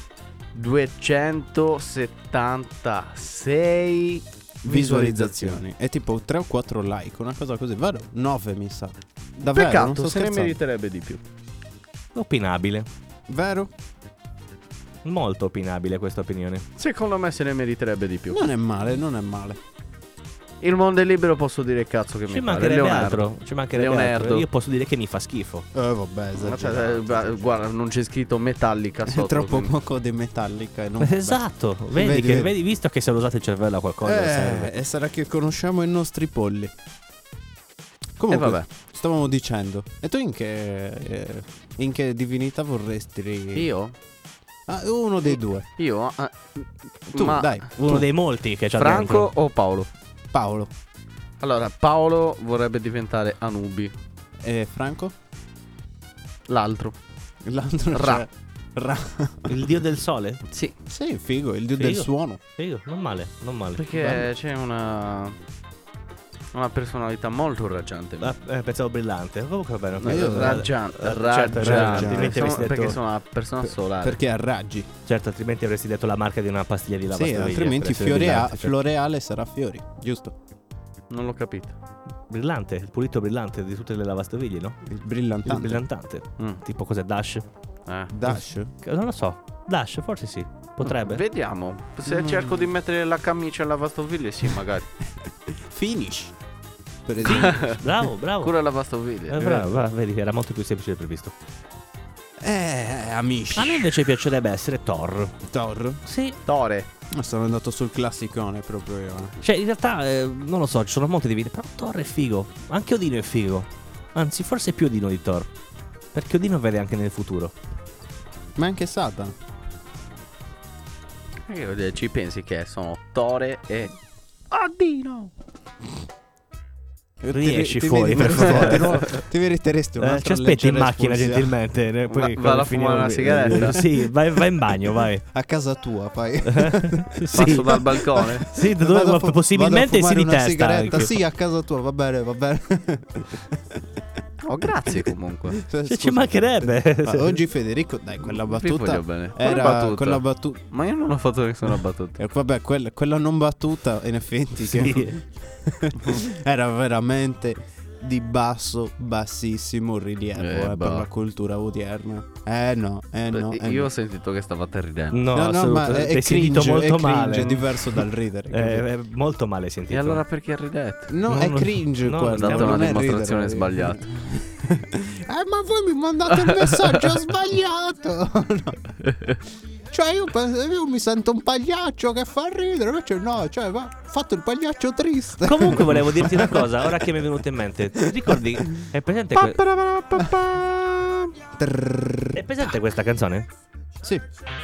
duecentosettantasei Visualizzazioni. È tipo tre o quattro like, una cosa così. Vero? nove mi sa. Davvero? non Peccato, sto se ne scherzando. meriterebbe di più. Opinabile. Vero? Molto opinabile questa opinione. Secondo me se ne meriterebbe di più. Non è male, non è male. Il mondo è libero, posso dire il cazzo che Ci mi pare. mancherebbe Leonardo. altro. Ci mancherebbe Leonardo. altro. Io posso dire che mi fa schifo. Eh vabbè, Ma cioè, esagerato. eh, guarda, non c'è scritto Metallica È sotto. troppo quindi- poco di Metallica e non Esatto. Vedi, Vedi, che, vedi. vedi, visto che se lo usate il cervello a qualcosa Eh, serve. e sarà che conosciamo i nostri polli. Comunque, Eh, vabbè. stavamo dicendo. E tu in che eh, in che divinità vorresti? Io? Ah, uno dei due. Io? eh, Tu, ma dai. Uno tu. dei molti che c'ha Franco dentro. o Paolo? Paolo. Allora, Paolo vorrebbe diventare Anubi. E Franco? L'altro. L'altro Ra. c'è- Ra- Il dio del sole? Sì, Sì, figo, il dio Figo. del suono. Figo, non male, non male. perché c'è una una personalità molto raggiante. Ah, eh, pensavo brillante. Comunque va bene. Ma io- ok. Raggiante, Eh, certo, raggiante. certo, altrimenti Sono- avresti perché detto, sono una persona solare. Perché a raggi. certo, altrimenti avresti detto la marca di una pastiglia di Sì, lavastoviglie. altrimenti per essere Fiorea- brillante, certo. Floreale sarà Fiori, giusto? Non l'ho capito. Brillante, il pulito brillante di tutte le lavastoviglie, no? Il Il brillantante. brillantante. Mm. Tipo cos'è Dash? Eh. Dash? Non lo so. Dash, forse sì. Potrebbe. Vediamo. Se Mm. cerco di mettere la camicia alla lavastoviglie, sì, magari. Finish. Per esempio. Bravo, bravo. Pure la lavastoviglie. Eh, bravo, bravo, vedi che era molto più semplice del previsto. Eh, amici. A me invece piacerebbe essere Thor. Thor? Sì. Tore. Sono andato sul classicone proprio io. eh. Cioè, in realtà, eh, non lo so, ci sono molti di video, però Thor è figo. Anche Odino è figo. Anzi, forse più Odino di Thor. Perché Odino vede anche nel futuro. Ma anche Satan. Io ci pensi che sono Tore e Odino. Riesci Ti- ti fuori, per meriteresti- favore. Ti meriteresti Eh, un'altra ci aspetti in leggera macchina espulsione. gentilmente. eh, Poi Va- quando vado a finiamo- fumare una sigaretta? Sì, vai, vai in bagno, vai. A casa tua, fai. Sì. Passo dal balcone. Sì, da Vado dove, a fu- possibilmente vado a sì fumare di una testa sigaretta. anche. Sì, a casa tua, va bene, va bene. Oh, grazie comunque. Cioè, ci Scusa. mancherebbe. Ma oggi Federico, dai, quella Vi battuta voglio bene. Quale era battuta? quella battuta. Ma io non ho fatto nessuna battuta. Eh, vabbè, quella, quella non battuta, in effetti, Sì. che era veramente di basso, bassissimo rilievo Eh, eh, per bah. la cultura odierna. Eh no, eh no. eh Io no. ho sentito che stavate ridendo. No, No, no, ma assolutamente. è, Hai sentito cringe, molto è cringe, male. è diverso dal ridere. Eh, capito? è molto male sentito. E allora perché ridete? No, no, è no, cringe no, quello. stiamo- Date una non è dimostrazione ridere. sbagliata. Eh, ma voi mi mandate il messaggio sbagliato. No. Cioè, io, pe- io mi sento un pagliaccio che fa ridere. Invece, no, cioè, va, ho fatto il pagliaccio triste. Comunque volevo dirti una cosa, ora che mi è venuto in mente. Ti ricordi? È presente, que- Trrr. è presente questa canzone? Sì.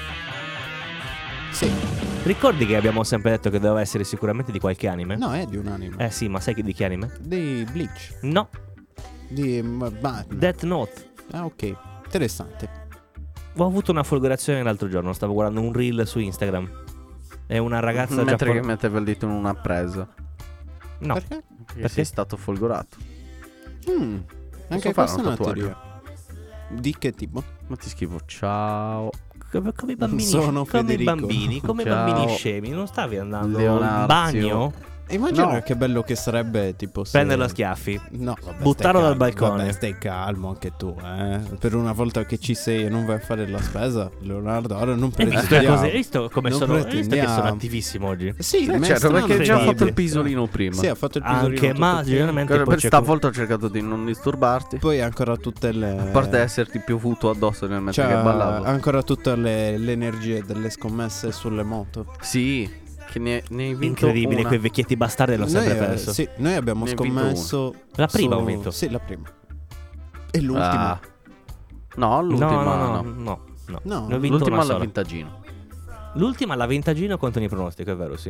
Sì. Ricordi che abbiamo sempre detto che doveva essere sicuramente di qualche anime? No, è di un anime. Eh sì, ma sai che di che anime? Di Bleach. No, Di ma, ma- Death Note. Ah, ok. Interessante. Ho avuto una folgorazione l'altro giorno, stavo guardando un reel su Instagram. È una ragazza Mentre che giapponese. metteva il dito in una presa. No, Perché? Perché sei stato folgorato. Mm. Anche fare questa è un una tatuaggio? teoria. Di che tipo? Ma ti scrivo ciao come, come i bambini, Sono come i Federico. bambini, come i Ciao. bambini scemi. Non stavi andando in Leonazio. bagno? Immagina No. che bello che sarebbe tipo se... Prenderlo a schiaffi. No, vabbè, Buttarlo stai dal calmo, balcone. Vabbè, stai calmo anche tu, eh. Per una volta che ci sei e non vai a fare la spesa, Leonardo, ora non Hai visto, le pretendiamo. cose, hai visto come Non sono? Hai visto che sono pretendiamo. attivissimo oggi? Sì, Eh, ma è certo, strano perché già ha fatto incredibile. il pisolino prima. Sì, ha fatto il pisolino Anche, tutto ma pieno. generalmente Per, poi per c'è stavolta ho cercato di non disturbarti. Poi ancora tutte le... A parte esserti piovuto addosso nel mentre Cioè, che ballavo. ancora tutte le, le energie delle scommesse sulle moto. Sì, che ne, ne hai vinto incredibile, una. quei vecchietti bastardi l'ho sempre Noi, eh, perso. sì, noi abbiamo Ne hai vinto scommesso La prima su- ho vinto. Sì, la prima. E l'ultima. Ah. No, l'ultima no, no, no. no, no, no. No, Ne ho vinto L'ultima una l'ha sola. vinta Gino. L'ultima l'ha vinta Gino contro ogni pronostico, è vero, sì.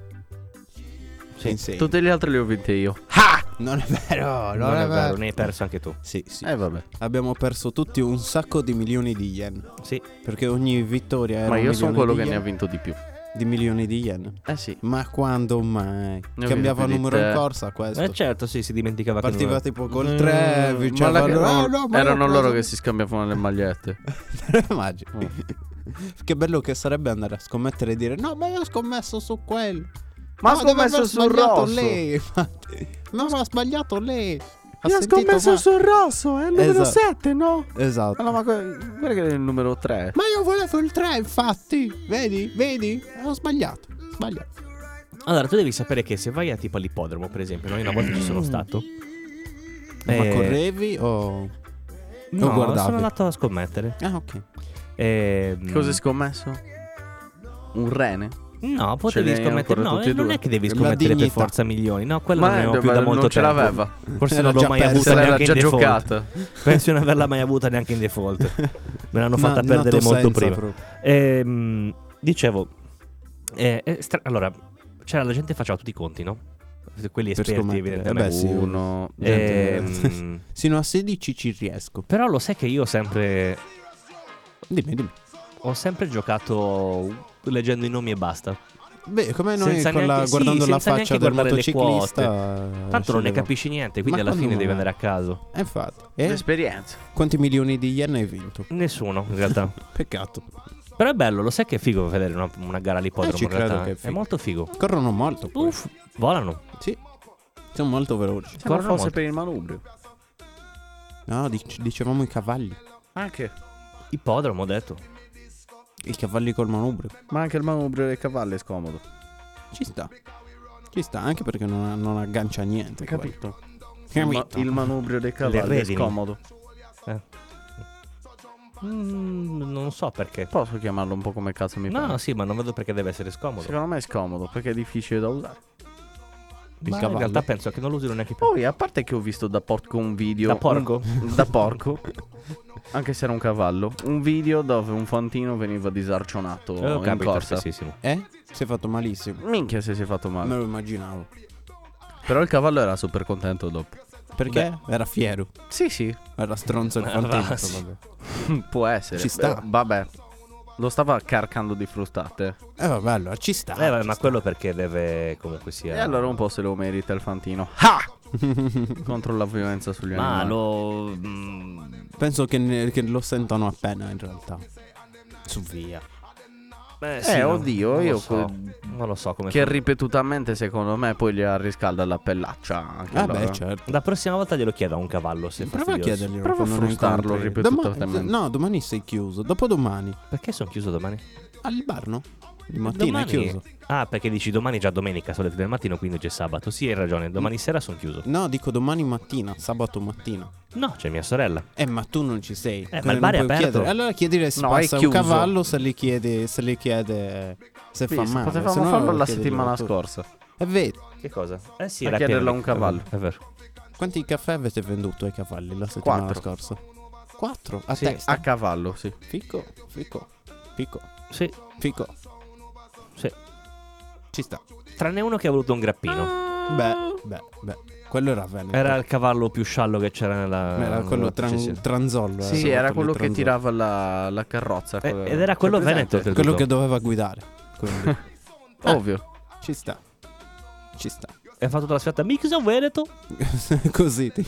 Sì, sì. Tutte le altre le ho vinte io. Non è vero, non, Non è vero, ne hai perso anche tu. Sì, sì. Eh vabbè. Abbiamo perso tutti un sacco di milioni di yen. Sì. Perché ogni vittoria era Ma un io sono milione quello di che ne yen. ha vinto di più. Di milioni di yen. Eh sì. Ma quando mai? Ne ho Cambiava vinto più di numero te. in corsa questo. Eh certo, sì, si dimenticava che Partiva non- tipo col Mm, tre, ma vincevano. la- "Ah, no, ma io erano ho loro preso-" che si scambiavano le magliette. Immagini. Che bello che sarebbe andare a scommettere e dire no, ma io ho scommesso su quello. Ma No, ho deve scommesso aver sul sbagliato rosso. lei. infatti. No, ma ha sbagliato lei. Ha Io ho sentito scommesso male. sul rosso, è il numero Esatto. sette, no? Esatto. Ma no, ma que- guarda che è il numero tre. Ma io volevo il tre, infatti. Vedi? Vedi? Ho sbagliato. Sbagliato. Allora, tu devi sapere che se vai a tipo all'ippodromo, per esempio, no? Io una volta ci sono stato. Ma Eh, correvi o... No, guardavi? sono andato a scommettere. Ah, ok. Ehm, Cosa hai scommesso? Un rene? No, Ce potevi li hai scommettere. ancora No, tutti e non due? è che devi La scommettere per dignità. forza milioni. No, quello Ma non ne ho eh, più da ma molto non ce tempo. l'aveva. Forse Era non l'ho già mai persa. avuta Se l'era neanche in già default. giocata. Penso di non averla mai avuta neanche in default. Me l'hanno fatta Na- perdere nato molto senza prima. proprio. Ehm, dicevo, eh, è stra- allora, c'era la gente che faceva tutti i conti, no? Quelli Per esperti, scommettere. evidentemente. Eh beh, sì. Uno. Ehm, Sino a sedici ci riesco. però lo sai che io ho sempre. Dimmi, dimmi. Ho sempre giocato leggendo i nomi e basta. Beh, come noi Senza con la- neanche- sì, guardando la senza faccia neanche del guardare le motociclista. Tanto non ne sceglievo. capisci niente, quindi Ma alla fine quando devi mai? andare a caso. Eh, infatti. E L'esperienza. quanti milioni di yen hai vinto? Nessuno, in realtà. Peccato. Però è bello, lo sai che è figo vedere una, una gara all'ippodromo, Eh, ci in realtà. credo che è È, figo. molto figo. Corrono molto. poi. Uff, volano. Sì. Sono molto veloci. Siamo Corrono forse molto. per il manubrio. No, dic- dicevamo i cavalli. Anche. Ippodromo, ho detto. I cavalli col manubrio. Ma anche il manubrio dei cavalli è scomodo. Ci sta. Ci sta, anche perché non, non aggancia niente. Hai quello. capito? Capito. Il, ma- il manubrio dei cavalli è redini. scomodo. Mm, non so perché. Posso chiamarlo un po' come cazzo mi pare? No, sì, ma non vedo perché deve essere scomodo. Secondo me è scomodo perché è difficile da usare. Il Ma in cavallo. realtà penso che non lo usino neanche più. Poi, a parte che ho visto da porco un video. Da porco? un- da porco. Anche se era un cavallo. Un video dove un fantino veniva disarcionato Eh, ho in capito, corsa. spessissimo. Eh? Si è fatto malissimo. Minchia se si è fatto male. Me lo immaginavo. Però il cavallo era super contento dopo. Perché? Era fiero. Sì, sì. Era stronzo il Ah, fantino. va, sì. vabbè. Può essere. Ci sta. Eh, vabbè. Lo stava carcando di frustate. Eh vabbè, allora ci sta. Eh, vabbè, ci ma sta. quello perché deve comunque sia. E allora un po' se lo merita il fantino. Ha! Contro la violenza sugli Ma animali. lo. mm, Penso che, ne- che lo sentano appena in realtà. Su via. beh, Eh, sì, no, oddio, non io lo so. co- Non lo so come Che fa. ripetutamente secondo me poi gli riscalda la pellaccia anche Ah loro. beh, certo. La prossima volta glielo chiedo a un cavallo se è Prova a fastidioso. chiederglielo. Prova a quando lo frustarlo incontri. ripetutamente. Doma- no, domani sei chiuso. Dopodomani. Perché sono chiuso domani? Al bar, no? Il mattino è Domani- chiuso. Ah, perché dici domani già domenica, sono le tre del mattino, quindi c'è sabato. Sì, hai ragione, domani sera sono chiuso. No, dico domani mattina, sabato mattina. No, c'è mia sorella. Eh, ma tu non ci sei. Eh, Quindi ma il non bar è puoi aperto. chiedere. Allora chiedile se No, è passa un chiuso. cavallo, se le chiede, se le chiede se Sì, fa se male. potevamo se no farlo la chiediglielo settimana tu. scorsa. È vero. Che cosa? Eh sì, A era chiederlo pieno a di- un cavallo. È vero. Quanti caffè avete venduto ai cavalli la settimana Quattro. scorsa? Quattro? A Sì, testa? A cavallo, sì. Fico, fico, fico, Sì, fico. sì. Ci sta. Tranne uno che ha voluto un grappino. Beh, beh, beh. Quello era Veneto. Era il cavallo più sciallo che c'era nella. Era quello nella tran- processione. tranzollo. Sì, eh, era quello quello che tranzollo. tirava la, la carrozza. Eh, quella- ed era quello C'è presente? veneto, oltretutto. Quello che doveva guidare. Quindi Ovvio. ci sta. Ci sta. E ha fatto tutta la sfiatta. Mica sono veneto. Così. ti-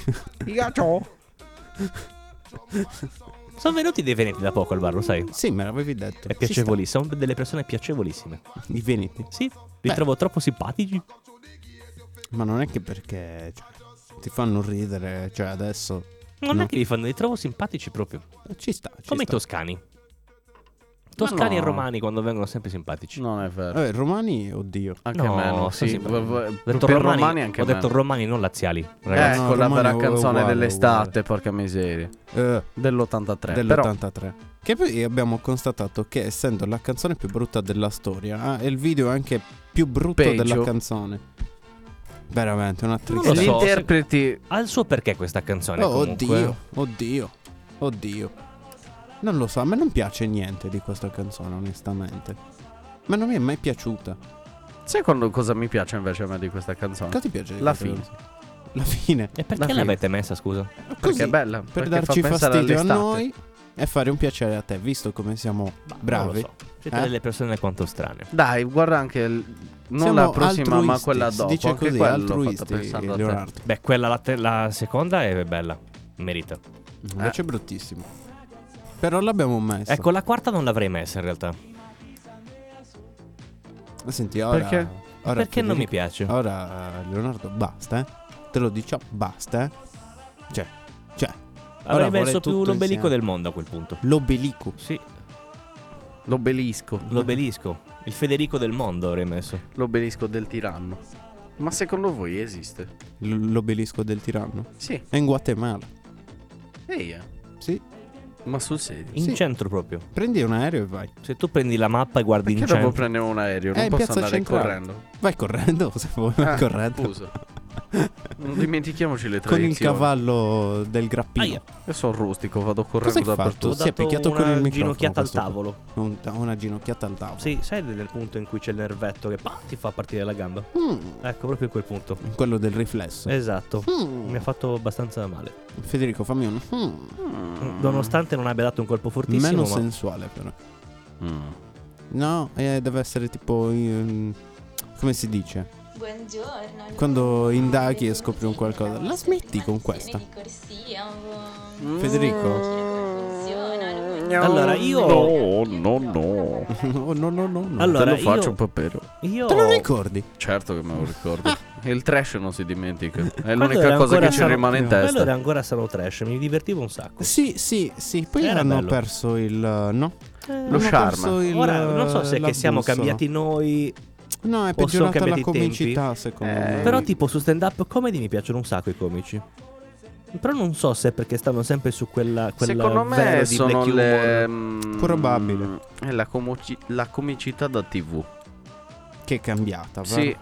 Sono venuti dei veneti da poco al bar, lo sai? Sì, me l'avevi detto. È Ci piacevolissimo. Sono delle persone piacevolissime. sta. I veneti. Sì, li Beh. trovo troppo simpatici. Ma non è che perché cioè, ti fanno ridere, cioè adesso Non No. è che li fanno, li trovo simpatici proprio. ci sta. Ci Come i sta. toscani. Toscani no. e romani quando vengono sempre simpatici. Non è vero. Vabbè, romani, oddio. Anche No, meno. sì, Sì, sì, v- v- Ho detto per romani, romani anche ho detto meno. romani, non laziali. Ragazzi. no, Ecco la romani vera è canzone uguale, dell'estate, uguale. porca miseria. Eh, Dell'ottantatré. Però dell'ottantatré. Che poi abbiamo constatato che essendo la canzone più brutta della storia, ah, è il video anche più brutto Peggio. della canzone. Veramente una Non lo tristezza. so. gli interpreti Ha il suo perché questa canzone Oh, comunque. oddio, oddio, oddio. Non lo so, a me non piace niente di questa canzone, onestamente. Ma non mi è mai piaciuta. sai quando cosa mi piace invece a me di questa canzone? Cosa ti piace? di La questa fine. canzone? La fine. E perché La fine. l'avete messa, scusa? Perché Così, è bella. per perché darci fa pensare fastidio a all'estate. noi e fare un piacere a te, visto come siamo bravi. Non lo so. Siete Eh? delle persone alquanto strane. Dai, guarda anche il- non Siamo la prossima, ma altruisti, quella si dopo. dice anche così, quello l'ho altruisti, fatto pensando a te. Leonardo. Beh, quella la, te- la seconda è bella. Merita. Invece è bruttissimo. Però l'abbiamo messa. Ecco, la quarta non l'avrei messa in realtà. Senti, ora, Perché? ora Perché non mi Federico- piace. Ora, Leonardo, basta, eh. Te lo diciamo, basta, eh. Cioè, cioè, Avrei ora vuole messo più tutto l'ombelico insieme. del mondo a quel punto. L'ombelico. Sì, L'obelisco. l'obelisco. Il Federico del mondo avrei messo. L'obelisco del tiranno. Ma secondo voi esiste? L- l'obelisco del tiranno. Sì. È in Guatemala. Ehi, eh. Sì. Ma sul serio? In Sì. centro proprio. Prendi un aereo e vai. Se tu prendi la mappa e guardi Perché in devo centro. prendere un aereo? Eh, Non in posso piazza andare centrale. correndo. Vai correndo, se vuoi, vai Ah, correndo. Scusa. Non dimentichiamoci le Con tradizioni. il cavallo del grappino. Aia. Io sono rustico, vado Cosa correndo hai fatto? dappertutto. Si è picchiato con il una microfono ginocchiata al questo qua. tavolo. Un- una ginocchiata al tavolo. Sì, sai del punto in cui c'è il nervetto che pa, ti fa partire la gamba? Mm, Ecco, proprio in quel punto. quello del riflesso. Esatto. Mm. Mi ha fatto abbastanza male. Federico, fammi un mm. Nonostante non abbia dato un colpo fortissimo, Meno ma sensuale però. Mm. No, eh, deve essere tipo... mm, come si dice? Buongiorno. Quando Luca, indaghi e benvenuti scopri un nella qualcosa. La vostra smetti con questa? prima lezione di corsia. Mm. Federico? Come funziona, Luca? Allora, io- No, no, no. Oh, no, no, no, no. Allora, Te lo faccio io- un po' però. Io Te lo ricordi? Certo che me lo ricordo. Il trash non si dimentica. È Quello l'unica era cosa ancora che ci sano- rimane in Quello testa. era ancora sano trash, mi divertivo un sacco. Sì, sì, sì. Poi Era hanno bello. perso il... no? Eh, Hanno charme. perso il- Ora non so se è la che siamo bussola. cambiati noi, No, è o sono peggiorata la cambiati i tempi. comicità, secondo Eh, me. però tipo su stand up comedy mi piacciono un sacco i comici. Però non so se è perché stanno sempre su quella, quella Secondo me velo di sono black le. humor. mm, Probabile. È la, comoci- la comicità da tivù. Che è cambiata, Sì. vero?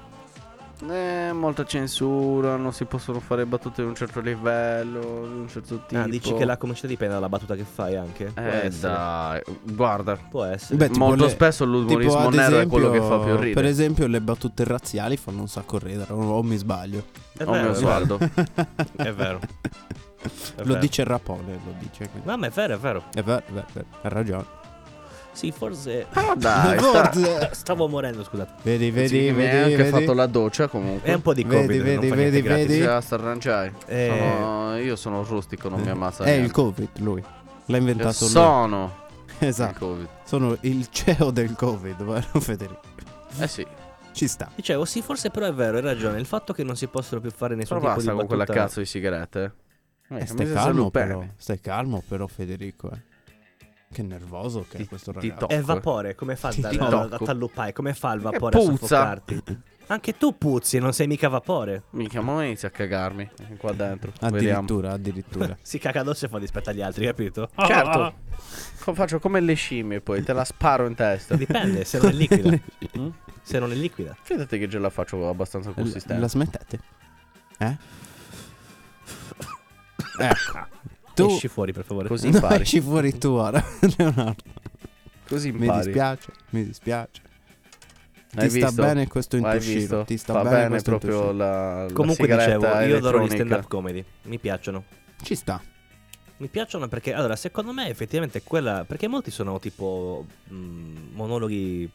Eh, molta censura, non si possono fare battute di un certo livello, di un certo tipo. Ah, dici che la comicità dipende dalla battuta che fai anche? Può Eh essere. dai, guarda. Può essere. Beh, tipo Molto le- spesso Tipo, l'umorismo ad nero è quello che esempio, fa più ridere. Per esempio, le battute razziali fanno un sacco ridere. O, o mi sbaglio? È Oh vero, mio è Osvaldo. vero. È vero. È Lo vero. dice il Rapone, lo dice. quindi- No, ma è vero, è vero. È vero, è vero, è vero, ha ragione. Sì, forse. Ah, dai, sta- Forse- Stavo morendo, scusate. Vedi, Sì, vedi, mi vedi, hai anche vedi. fatto la doccia comunque. È un po' di Vedi, Covid. vedi, non fa vedi, niente gratis. vedi. Già sta arrangiai. Eh. Sono- io sono rustico, non mi ammazza È il niente. Covid, lui. L'ha Io inventato lui. sono il Esatto. Covid. Sono il C E O del Covid, vero Federico? Eh sì. Ci sta. Dicevo, sì, forse però è vero, hai ragione. Il fatto che non si possono più fare nessun Però tipo di basta con battuta. quella cazzo di sigarette. Eh, Eh, mi stai si calmo salute però. bene. Stai calmo però Federico, eh. Che nervoso che è Ti- questo ti ragazzo. tocco. È vapore, come fa Ti da, tocco. da, da tallupare? Come fa il vapore a puzza. soffocarti? Anche tu puzzi, non sei mica vapore. Mica, ma inizia a cagarmi eh, qua dentro. Vediamo. Addirittura, addirittura. Si caga addosso e fa dispetto agli altri, capito? Certo. Co- Faccio come le scimmie poi, te la sparo in testa. Dipende, se non è liquida. Mm? Se non è liquida. Fidati che già la faccio abbastanza consistente. La smettete? Eh? Ecco. Tu Esci fuori, per favore. Così no, impari. esci fuori tu ora, Leonardo. Così Mi impari. dispiace, mi dispiace. Hai Ti sta visto? bene questo Hai intuscino. visto? Ti sta Fa bene, bene questo proprio intuscino. la, la Comunque sigaretta dicevo, io adoro gli elettronica. stand up comedy. Mi piacciono. Ci sta. Mi piacciono perché, allora, secondo me effettivamente quella. Perché molti sono tipo mh, monologhi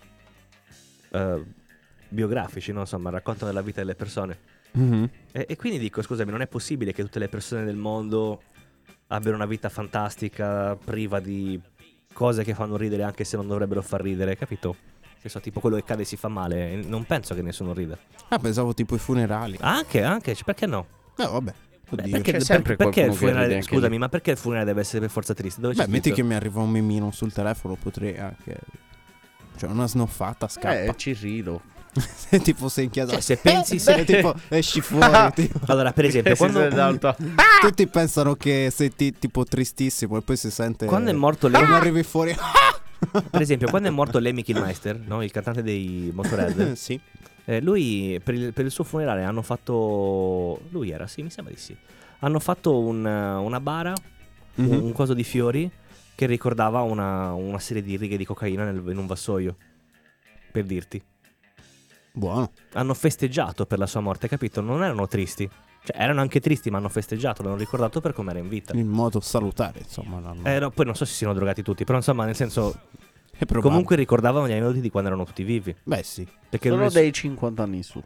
eh, biografici, no? Insomma, raccontano della vita delle persone. Mhm. E, e quindi dico, scusami, non è possibile che tutte le persone del mondo abbiano una vita fantastica, priva di cose che fanno ridere anche se non dovrebbero far ridere, capito? Che so, tipo quello che cade si fa male, e non penso che nessuno rida. Ah, pensavo tipo i funerali. Anche, anche, cioè, perché no? Eh, vabbè. Beh, Oddio. perché, C'è sempre per- perché il qualcuno che funerale, ride anche scusami, lì. ma perché il funerale deve essere per forza triste? Dove c'è Beh, metti scritto? che mi arriva un memino sul telefono, potrei anche. Cioè, una snoffata scappa. Eh, ci rido. tipo sei in chiesa. Cioè, se pensi- Eh, se- tipo esci fuori. tipo. Allora, per esempio, Eh, si quando, sente alto. Tutti pensano che sei ti- tipo tristissimo e poi si sente. quando è morto Quando Lemmy, arrivi fuori. per esempio, quando è morto Lemmy Kilmister, no? Il cantante dei Motorhead, sì. eh, lui per il, per il suo funerale hanno fatto. Lui era, sì, mi sembra di sì. Hanno fatto un- una bara, un, Mhm. un coso di fiori che ricordava una, una serie di righe di cocaina nel- in un vassoio. Per dirti. Buono. Hanno festeggiato per la sua morte, capito? Non erano tristi. Cioè, erano anche tristi, ma hanno festeggiato, l'hanno ricordato per come era in vita. In modo salutare, insomma. l'hanno- Eh, no, poi non so se siano drogati tutti, però insomma, nel senso, È probabile. comunque ricordavano gli aneddoti di quando erano tutti vivi. Beh, sì. Perché Sono lui, dei cinquanta anni in su.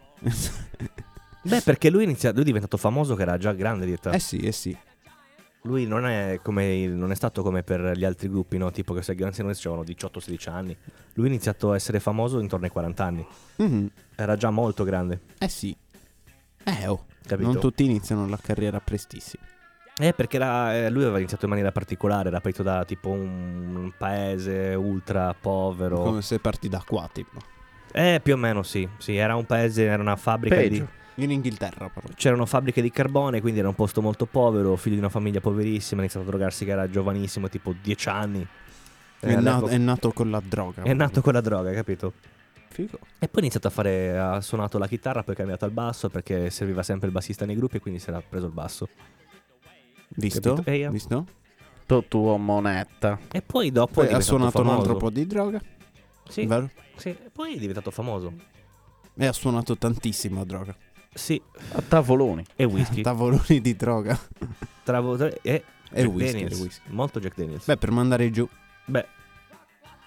beh, perché lui, inizia... lui è diventato famoso che era già grande di età. eh sì, eh sì. Lui non è come il- non è stato come per gli altri gruppi, no? Tipo che se Guns N' Roses avevano diciotto sedici anni. Lui ha iniziato a essere famoso intorno ai quaranta anni. Mhm. Era già molto grande, Eh sì. Eh oh. capito? Non tutti iniziano la carriera prestissimo. Eh, perché era, eh, lui aveva iniziato in maniera particolare, era partito da tipo un, un paese ultra povero. Come se parti da qua, tipo. Eh, più o meno sì, sì, era un paese, era una fabbrica Peggio. di... In Inghilterra, però. C'erano fabbriche di carbone, quindi era un posto molto povero, figlio di una famiglia poverissima, ha iniziato a drogarsi che era giovanissimo, tipo dieci anni. Eh, È, na- all'epoca- è nato con la droga. è nato con la droga, capito? Figo. E poi ha iniziato a fare, ha suonato la chitarra, poi ha cambiato al basso perché serviva sempre il bassista nei gruppi e quindi si era preso il basso. Visto? Capito? Eia. Visto? Tu tua monetta. E poi dopo Poi è ha diventato suonato un famoso. altro po' di droga. Sì, Vero? sì, e poi è diventato famoso. E ha suonato tantissima droga. Sì, A tavoloni. e whisky. Tavoloni di droga. Tra, tra, e E Jack whisky, Daniels. e whisky. Molto Jack Daniels. Beh, per mandare giù. Beh,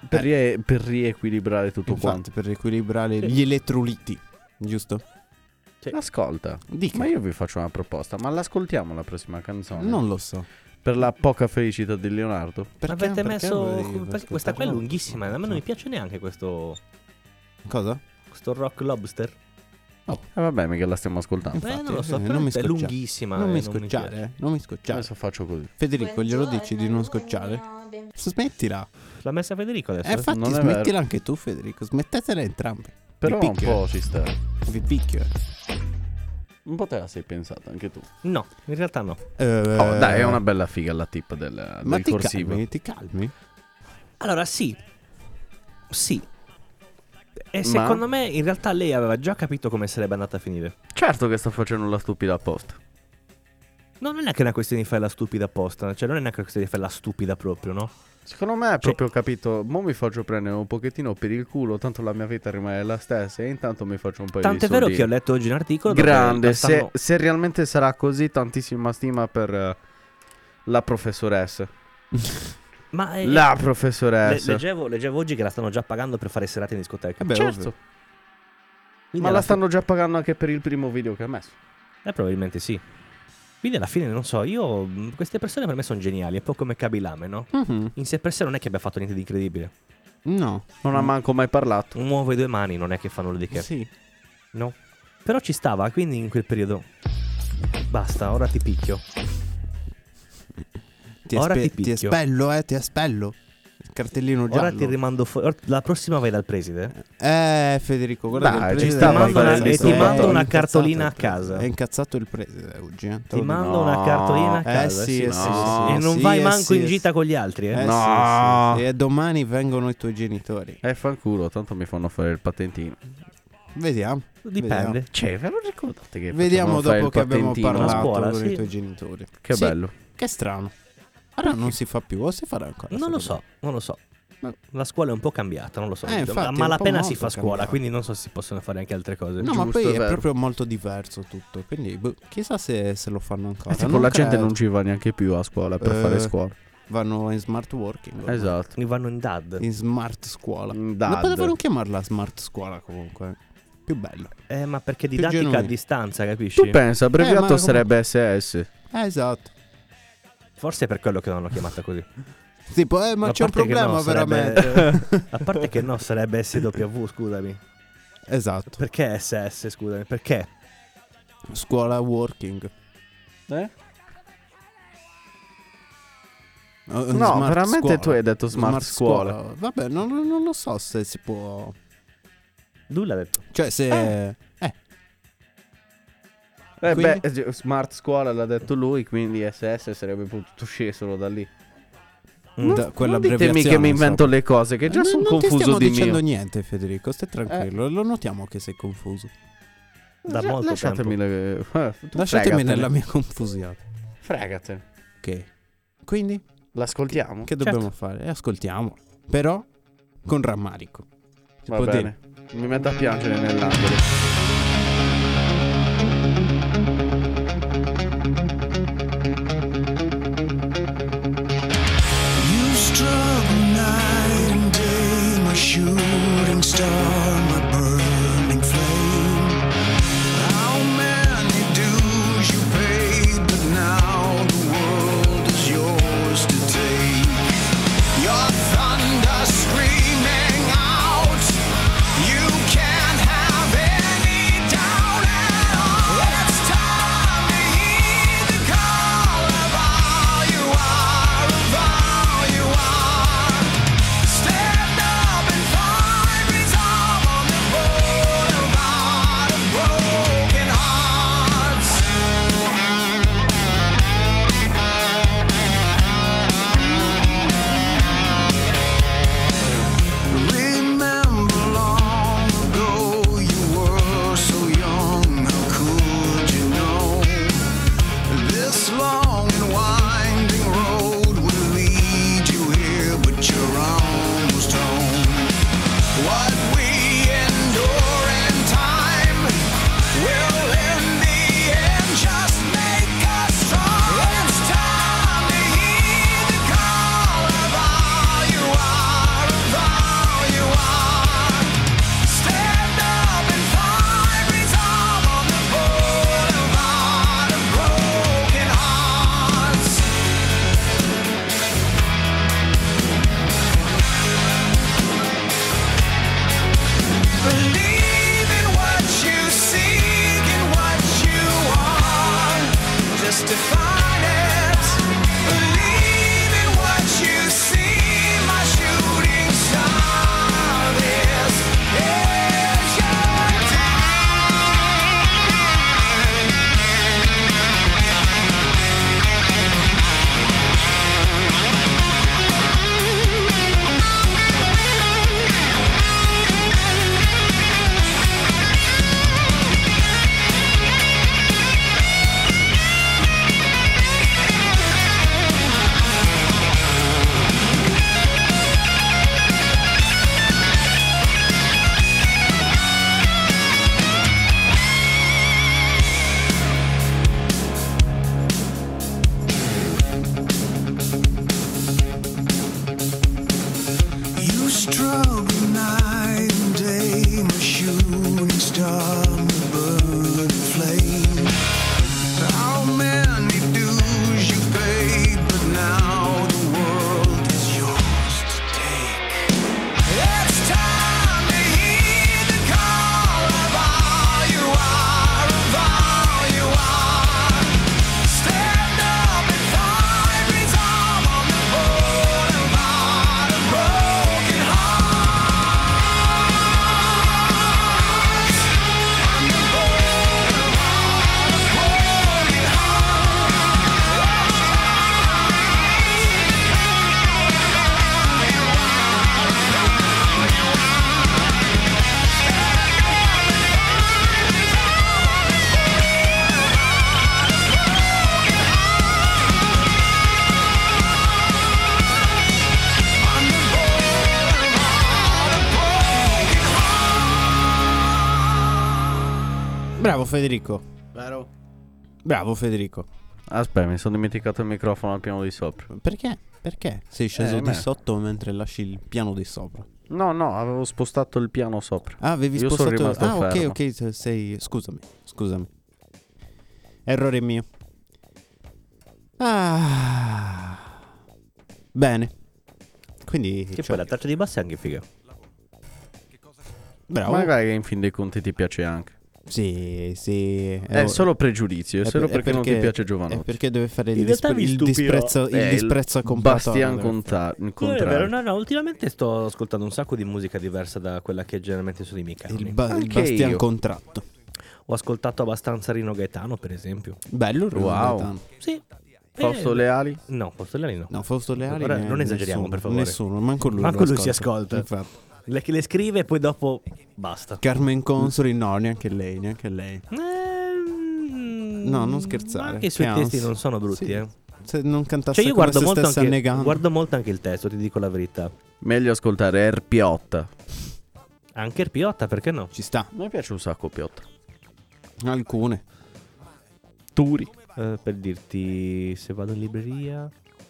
Per, rie- per riequilibrare tutto quanto. Infatti, per riequilibrare gli elettroliti, giusto? Ascolta, Dica. ma io vi faccio una proposta. Ma l'ascoltiamo la prossima canzone? Non lo so. Per la poca felicità di Leonardo. Perché, Avete perché messo. volevi perché questa qua è ascoltarlo? lunghissima. A me non mi piace neanche questo. Cosa? Questo Rock Lobster. Eh vabbè, mica la stiamo ascoltando. Infatti, eh, non lo so, eh, però non mi è scocciare. lunghissima. Non e mi non mi scocciare, piace. eh. Non mi scocciare. Adesso faccio così. Federico, glielo dici di non scocciare? Smettila. L'ha messa Federico adesso. Eh, infatti, Non è smettila vero. anche tu, Federico. Smettetela entrambi. Però Vi un picchio, po' eh. ci sta. Vi picchio. eh. Un po' te la sei pensata anche tu. No, in realtà no. Eh, Oh, dai, è una bella figa la tip del, Ma del ti corsivo. calmi, ti calmi? Allora, sì. Sì. E secondo me, in realtà, lei aveva già capito come sarebbe andata a finire. Certo che sto facendo la stupida apposta. Non è neanche una questione di fare la stupida apposta. Cioè, non è neanche una questione di fare la stupida proprio, no? Secondo me è proprio capito. Mo mi faccio prendere un pochettino per il culo. Tanto la mia vita rimane la stessa. E intanto mi faccio un po' di Tanto è vero soldini. che ho letto oggi un articolo dove Grande. la Se, stanno- se realmente sarà così, tantissima stima per eh, la professoressa. Ma eh, La le- professoressa. leggevo, leggevo oggi che la stanno già pagando per fare serate in discoteca. Eh beh, Certo. ovvio. Quindi Ma alla la stanno già pagando anche per il primo video che ha messo. fi- eh, probabilmente sì. Quindi alla fine non so, io mh, queste persone per me sono geniali, è un po' come Kabilame, no? Mhm. In sé per sé non è che abbia fatto niente di incredibile. No. Non ha manco mai parlato. Muove due mani, non è che fanno di che. Sì. No. Però ci stava, quindi in quel periodo basta, ora ti picchio. Ti, Ora espe- ti ti picchio. espello, eh, ti espello. Il cartellino giallo. Ora ti rimando fuori. La prossima vai dal preside. Eh, Federico, guarda Dai, che il ci preside sta è a fare incazzato. e ti mando È una incazzato cartolina il a preside. casa. È incazzato il preside oggi, eh. Ti mando no. una cartolina a Eh casa. sì, eh sì, no. sì, E non sì, vai eh manco sì, in eh gita sì. con gli altri, eh? Eh, No. sì, sì, sì. E domani vengono i tuoi genitori. Eh, fanculo, tanto mi fanno fare il patentino. Vediamo. Dipende. Cioè, ve lo ricordate che Vediamo facevano fare dopo il che abbiamo patentino? parlato A scuola, con sì. i tuoi genitori. Che Sì, bello. Che strano. Ora non si fa più, o si farà ancora? Non lo secondo so, non lo so. Ma- La scuola è un po' cambiata, non lo so. Eh, infatti, Ma è un malapena po' si fa molto scuola, cambiato. quindi non so se si possono fare anche altre cose. me? No, ma Giusto, poi è è vero. proprio molto diverso tutto. Quindi, boh, chissà se, se lo fanno ancora. Eh, tipo, Non la gente credo. non ci va neanche più a scuola per Eh, fare scuola. Vanno in smart working. ormai. Esatto. Quindi vanno in dad. In smart scuola. In Ma dad. potevano chiamarla smart scuola comunque. Più bello. Eh, ma perché Più didattica a genuini. distanza, capisci? Tu pensa, abbreviato Eh, ma- sarebbe S S. Eh, esatto. Forse è per quello che l'hanno chiamata così. Tipo, eh, ma A c'è un parte che problema no, sarebbe- veramente. A parte che no, sarebbe S W, scusami. Esatto. Perché S S, scusami? Perché? Scuola working. Eh? No, No, veramente tu hai detto smart scuola. Vabbè, non, non lo so se si può. Lui l'ha detto. Cioè, se. Eh. Eh Quindi? beh, smart scuola l'ha detto lui, quindi S S sarebbe potuto uscire solo da lì. Mm. Da- quella non ditemi abbreviazione, che mi invento insomma. le cose, che già Eh, sono non ti confuso stiamo di dicendo mio. niente, Federico. Stai tranquillo. Lo notiamo che sei confuso. Da Già- molto lasciatemi tempo. le... eh, tu Lasciatemi fregatene. nella mia confusione. Fregatene. Ok. Quindi, L'ascoltiamo? che dobbiamo fare? Eh, ascoltiamo. Però, con rammarico. Si Va può bene. Mi metto a piangere nell'angolo. You struggle night and day, my shooting star, my burning flame. How many dues you paid, but now the world is yours to take. Your thunder screaming out, you can't have anything. struggle night and day, my shooting star, my burning flame. How many dues you paid, but now the world is yours to take. It's time to heed the call of all you are, of all you are. Stand up and fight, resolve on the boulevard of broken hearts. On the boulevard of broken Bravo Federico. Vero? Bravo Federico. Aspetta, mi sono dimenticato il microfono al piano di sopra. Perché? Perché? Sei sceso Eh, di me. sotto mentre lasci il piano di sopra. No, no, avevo spostato il piano sopra. Ah, avevi Io sono spostato. rimasto Ah, ok, fermo. ok, se- sei. Scusami, scusami. Errore mio. Ah. Bene. Quindi. Che cioè, poi la traccia di basso è anche figa. bravo. Magari che in fin dei conti ti piace anche. Sì, sì. È solo pregiudizio, è è solo per- è perché, non ti perché- piace È Giovanotti. perché deve fare il, In realtà dispre- mi il stupirò. disprezzo, il Eh, disprezzo il comparato. Bastian conta- il Non è contrario. vero, no, no, ultimamente sto ascoltando un sacco di musica diversa da quella che generalmente sono i miei canoni. Il, ba- il Anche Bastian io. contratto. Ho ascoltato abbastanza Rino Gaetano, per esempio. Bello, Rino Wow. Gaetano. Sì. Fausto Eh, Leali? No, Fausto Leali no. No, Fausto Leali. Ora ne- non esageriamo, nessuno, per favore. Nessuno, manco lui. Manco lo lui si ascolta. ascolta. Infatti. Le, le scrive e poi dopo basta. Carmen Consoli, no, neanche lei, neanche lei. Ehm, No, non scherzare. ma Anche i suoi Che testi ansia. non sono brutti, Sì. eh. Se non cantasse Cioè io come guardo se molto, stesse anche, annegando. guardo molto anche il testo, ti dico la verità. Meglio ascoltare Er Piotta. Anche il Piotta, perché no? Ci sta. Mi piace un sacco Piotta. Alcune. Turi. Eh, per dirti, se vado in libreria...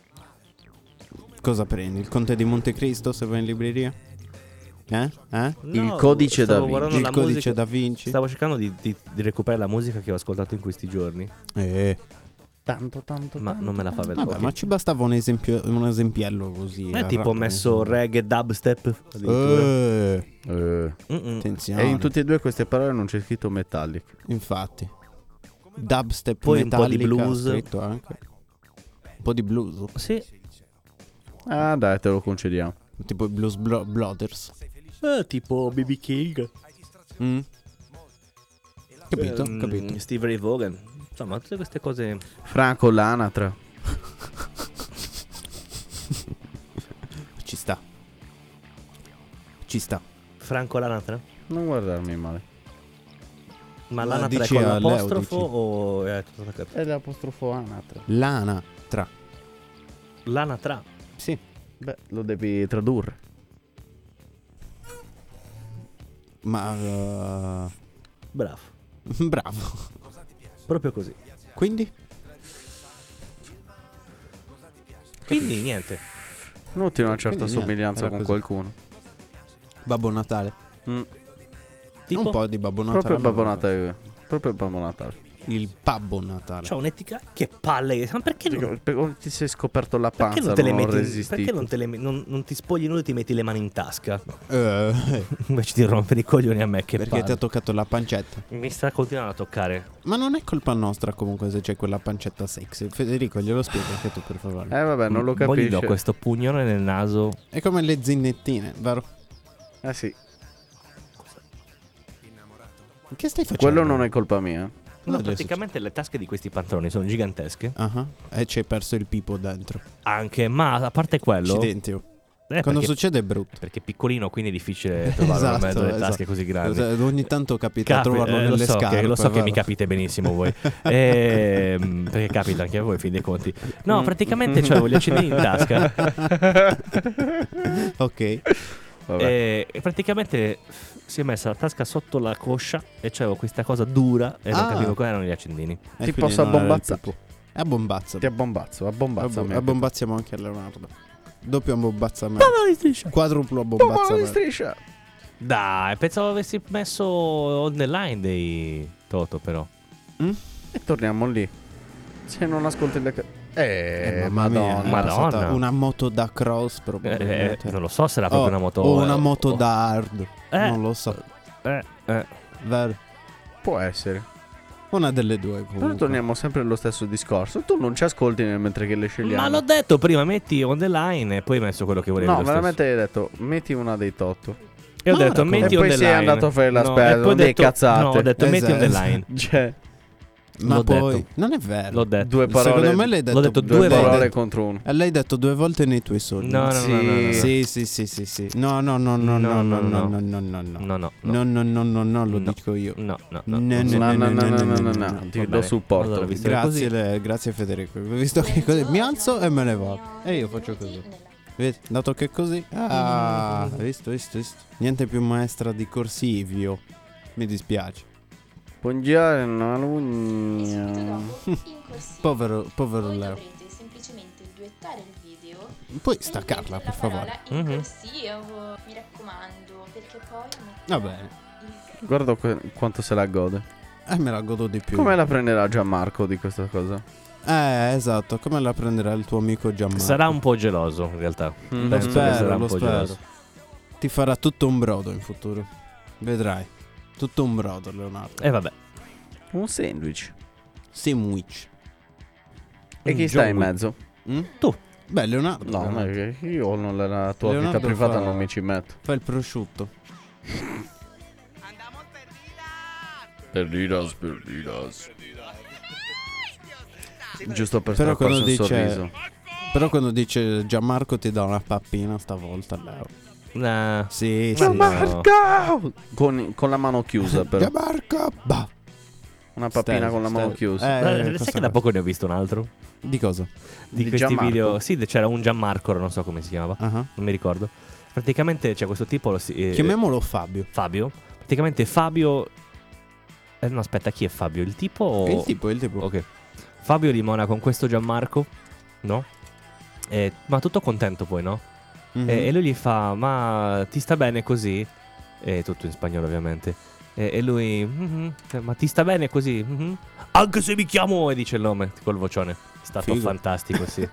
Cosa prendi? Il Conte di Montecristo se vai in libreria? Eh? Eh? Il No, codice stavo da Vinci. guardando Il la codice musica- da Vinci? Stavo cercando di, di- di recuperare la musica che ho ascoltato in questi giorni, Eh. Tanto, tanto, ma tanto, non me la fa vedere. Vabbè, ma ci bastava un esempio, un esempiello così. Eh, a tipo ho rap, messo insomma. reggae dubstep addirittura. Eh, Eh. Mm-mm. attenzione. E in tutte e due queste parole non c'è scritto Metallic. Infatti. Dubstep Poi un po' di Metallica blues. scritto anche. Un po' di blues. Sì. Ah dai, te lo concediamo. Tipo i Blues Bro- Brothers. Eh, tipo B B King. Mm? Capito? Ehm, Capito. Steve Ray Vaughan. Insomma, tutte queste cose. Franco Lanatra. Ci sta. Ci sta. Franco Lanatra? Non guardarmi male. Ma Ma l'anatra è dici con a Leo, l'apostrofo dici? o è tutto attaccato? È l'apostrofo Anatra. Lana. Tra. L'anatra. Sì. Beh, lo devi tradurre. Ma. uh, Bravo. bravo. Proprio così. Quindi? Quindi niente. Noti una certa Quindi niente, somiglianza era con così. qualcuno. Babbo Natale. Mm. Tipo, Un po' di Babbo Natale. Proprio Babbo Natale. Proprio Babbo Natale. Il Babbo Natale. c'ho un'etica. Che palle. Ma perché non, Perché ti sei scoperto la perché panza, non te le non ho metti? resistito. Perché non, te le, me- non, non ti spogli nudo e ti metti le mani in tasca? Eh, Invece di rompere i coglioni a me. Che perché palle. ti ha toccato la pancetta. Mi sta continuando a toccare. Ma non è colpa nostra comunque se c'è quella pancetta sexy. Federico, glielo spieghi anche tu per favore. Eh vabbè, non lo Poi gli do capisci. questo pugnone nel naso. È come le zinnettine, vero? Eh sì. Che stai facendo? Quello non è colpa mia. No, Cosa è praticamente le tasche di questi pantaloni sono gigantesche. Ah, e ci hai perso il pipo dentro. Anche, ma a parte quello. Accidenti. oh. eh, Quando perché, succede è brutto. perché è piccolino, quindi è difficile trovarlo in mezzo alle tasche esatto. così grandi. Cioè, ogni tanto capita Capi- a trovarlo eh, nelle lo so scarpe. che, lo so che mi vero? capite benissimo voi. Ehm, perché capita anche a voi, in fin dei conti. No, praticamente c'avevo gli accendini in tasca. Ok. Vabbè. e, e praticamente si è messa la tasca sotto la coscia e c'avevo questa cosa dura e non Ah. capivo quali erano gli accendini. E Ti quindi posso non era il abbombazzare? pipo. Abbombazza. Ti abbombazzo, abbombazzami. Abbo- Abbombazziamo anche a Leonardo. Doppio abbozzamento. Pomolo di striscia. Quadruplo Pomolo di abbozzamento. striscia. Dai, pensavo avessi messo on the line dei Toto, però. E torniamo lì. Se non ascolti le ca- Eh, Eh, mamma mia, madonna. è Madonna. stata una moto da cross Eh, probabilmente. eh, non lo so se era proprio Oh, una moto. o una eh, moto oh, da hard. Eh. Non lo so. Eh, eh. Vero. Può essere. Una delle due Però comunque. torniamo sempre allo stesso discorso. Tu non ci ascolti nel mentre che le scegliamo. Ma l'ho detto prima, metti on the line e poi hai messo quello che volevi. No, lo stesso. veramente hai detto metti una dei Toto. E ho Ma detto come? metti E on poi the sei line. andato a fare la No, spesa, e poi ho non dei detto- cazzate. No, ho detto metti on the Esatto. line. Cioè, Ma L'ho poi detto. non è vero. L'ho detto. due parole. Secondo me l'hai detto, L'ho detto due due parole volte. contro uno. E l'hai detto due volte nei tuoi sogni. No, no, Sì. no, no, no, no. Sì, sì, sì, sì, sì. No, no, no, no, no, no, no, no, no, no, no. No, no, no. No, no, no, no, no, lo No. dico io. No, no, No, no. no, No, no, no, no, no, no, no, no. no. Ti Va lo bene. supporto. Allora, visto che è Grazie, così- le- grazie Federico. Visto che così mi alzo e me ne vado. E io faccio così. Vedi, dato che è così. Ah, visto, visto, visto. Niente più maestra di corsivio. Mi dispiace. Buongiorno, E subito Lugna. dopo, in corsia, Povero, povero voi Leo. dovrete semplicemente duettare il video Puoi e staccarla, mettere per la favore. parola in Mhm. corsia, oh, mi raccomando, perché poi metterò Va bene. il Guarda que- quanto se la gode. E me la godo di più. Come la prenderà Gianmarco di questa cosa? Eh, esatto. Come la prenderà il tuo amico Gianmarco? Sarà un po' geloso in realtà. Mm. Lo Penso che spero, sarà un lo po' spero. geloso. Ti farà tutto un brodo in futuro. Vedrai. Tutto un brodo, Leonardo. E vabbè. Un sandwich. Sandwich. E chi Un sta John in Wick. mezzo? Mm? Tu. Beh, Leonardo. No, ma Leonardo. io nella tua Leonardo vita privata fa- non mi ci metto. Fa il prosciutto. Perdidas, perdidas. Giusto per Però strapparsi quando un dice- sorriso. Però quando dice Gianmarco ti dà una pappina stavolta, Leo. Nah. Sì, sì. Gianmarco! Con, con la mano chiusa però. Gianmarco! Bah. Una pappina Stai- con la mano stai- chiusa. Eh, Eh, questo sai che da no. poco ne ho visto un altro? Di cosa? Di, Di questi Gianmarco? video. Sì, c'era un Gianmarco, non so come si chiamava. Ah, Non mi ricordo. Praticamente c'è questo tipo. lo si- eh, chiamiamolo Fabio. Fabio. Praticamente Fabio. Eh, no, aspetta, chi è Fabio? Il tipo? o- È il tipo, è il tipo. Ok. Fabio limona con questo Gianmarco, no? Eh, ma tutto contento poi, no? Mhm. E, e lui gli fa, ma ti sta bene così? E tutto in spagnolo ovviamente. E, e lui, "Mhm, ma ti sta bene così? Mhm. Anche se mi chiamo, e dice il nome col vocione. È stato Figo. fantastico, sì.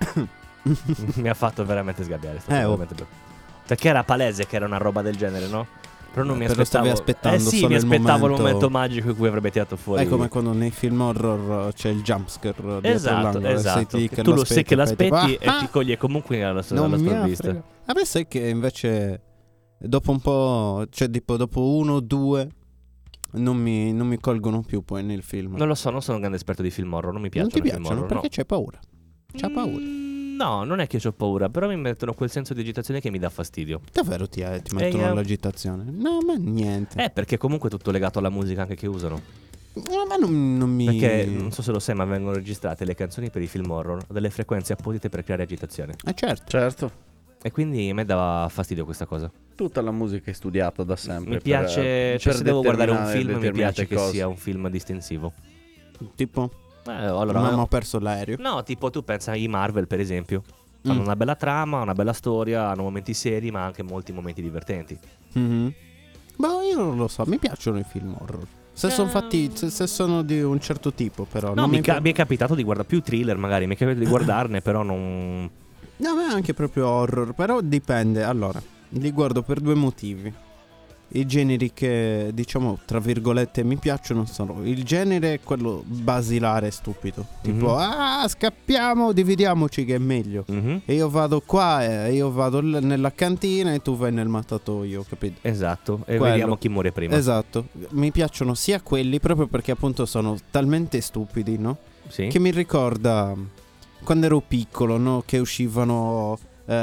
Mi ha fatto veramente sgabbiare. È stato Eh, oh. veramente bello. Perché era palese che era una roba del genere, no? Però non mi Te lo stavi aspettavo. aspettando Eh sì, solo mi il aspettavo il momento- momento magico in cui avrebbe tirato fuori. È come quando nei film horror c'è il jumpscare dietro Esatto, l'angolo e sei esatto. lì che Tu lo sai che l'aspetti, l'aspetti fai tipo, e ti coglie comunque alla, non alla mi sprovvista. frega. A me sai che invece dopo un po', cioè tipo dopo uno o due non mi, non mi colgono più poi nel film. Non lo so, non sono un grande esperto di film horror, non mi Non piacciono ti i film piacciono horror, perché c'hai paura. C'ha no. paura. Mm, No, non è che ho paura, però mi mettono quel senso di agitazione che mi dà fastidio. Davvero ti, eh, ti mettono Eh, io- all'agitazione? No, ma niente. Eh, perché comunque è tutto legato alla musica anche che usano. No, ma non, non mi... Perché, non so se lo sai, ma vengono registrate le canzoni per i film horror a delle frequenze apposite per creare agitazione. Eh certo. Certo. E quindi a me dava fastidio questa cosa. Tutta la musica è studiata da sempre. Mi per- piace, cioè per se devo guardare un determinare film mi determinate piace che cose. sia un film distensivo. Tipo, Eh, allora, mamma ho perso l'aereo. no, tipo tu pensa ai Marvel per esempio. Fanno Mm. una bella trama, una bella storia, hanno momenti seri ma anche molti momenti divertenti. Mhm. Ma io non lo so, mi piacciono i film horror. Se sono fatti, se, se sono di un certo tipo, però. No, non mi, mi ca- pi- mi è capitato di guardare più thriller magari, mi è capitato di guardarne però non... No, a me anche proprio horror, però dipende. Allora, li guardo per due motivi. I generi che, diciamo, tra virgolette, mi piacciono sono il genere quello basilare e stupido. Tipo, Mhm. ah, scappiamo, dividiamoci che è meglio. Mhm. E io vado qua, e io vado l- nella cantina e tu vai nel mattatoio, capito? Esatto, e Quello. vediamo chi muore prima. Esatto, mi piacciono sia quelli proprio perché appunto sono talmente stupidi, no? Sì. Che mi ricorda quando ero piccolo, no? Che uscivano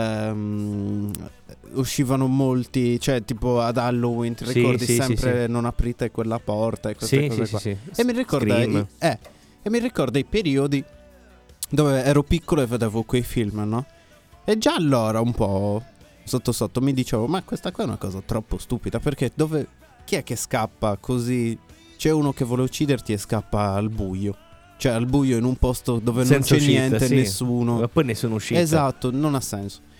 ehm, uscivano molti, cioè tipo ad Halloween, ti Sì, ricordi sì, sì, sempre non aprite quella porta e queste Sì, cose sì, qua. sì, sì. E mi ricorda Scream. i, eh, e mi ricorda i periodi dove ero piccolo e vedevo quei film, no? E già allora un po' sotto sotto mi dicevo, ma questa qua è una cosa troppo stupida, perché dove chi è che scappa così? C'è uno che vuole ucciderti e scappa al buio. Cioè al buio in un posto dove Senza non c'è uscita, niente, sì. nessuno. Ma poi nessuno uscita. Esatto, non ha senso.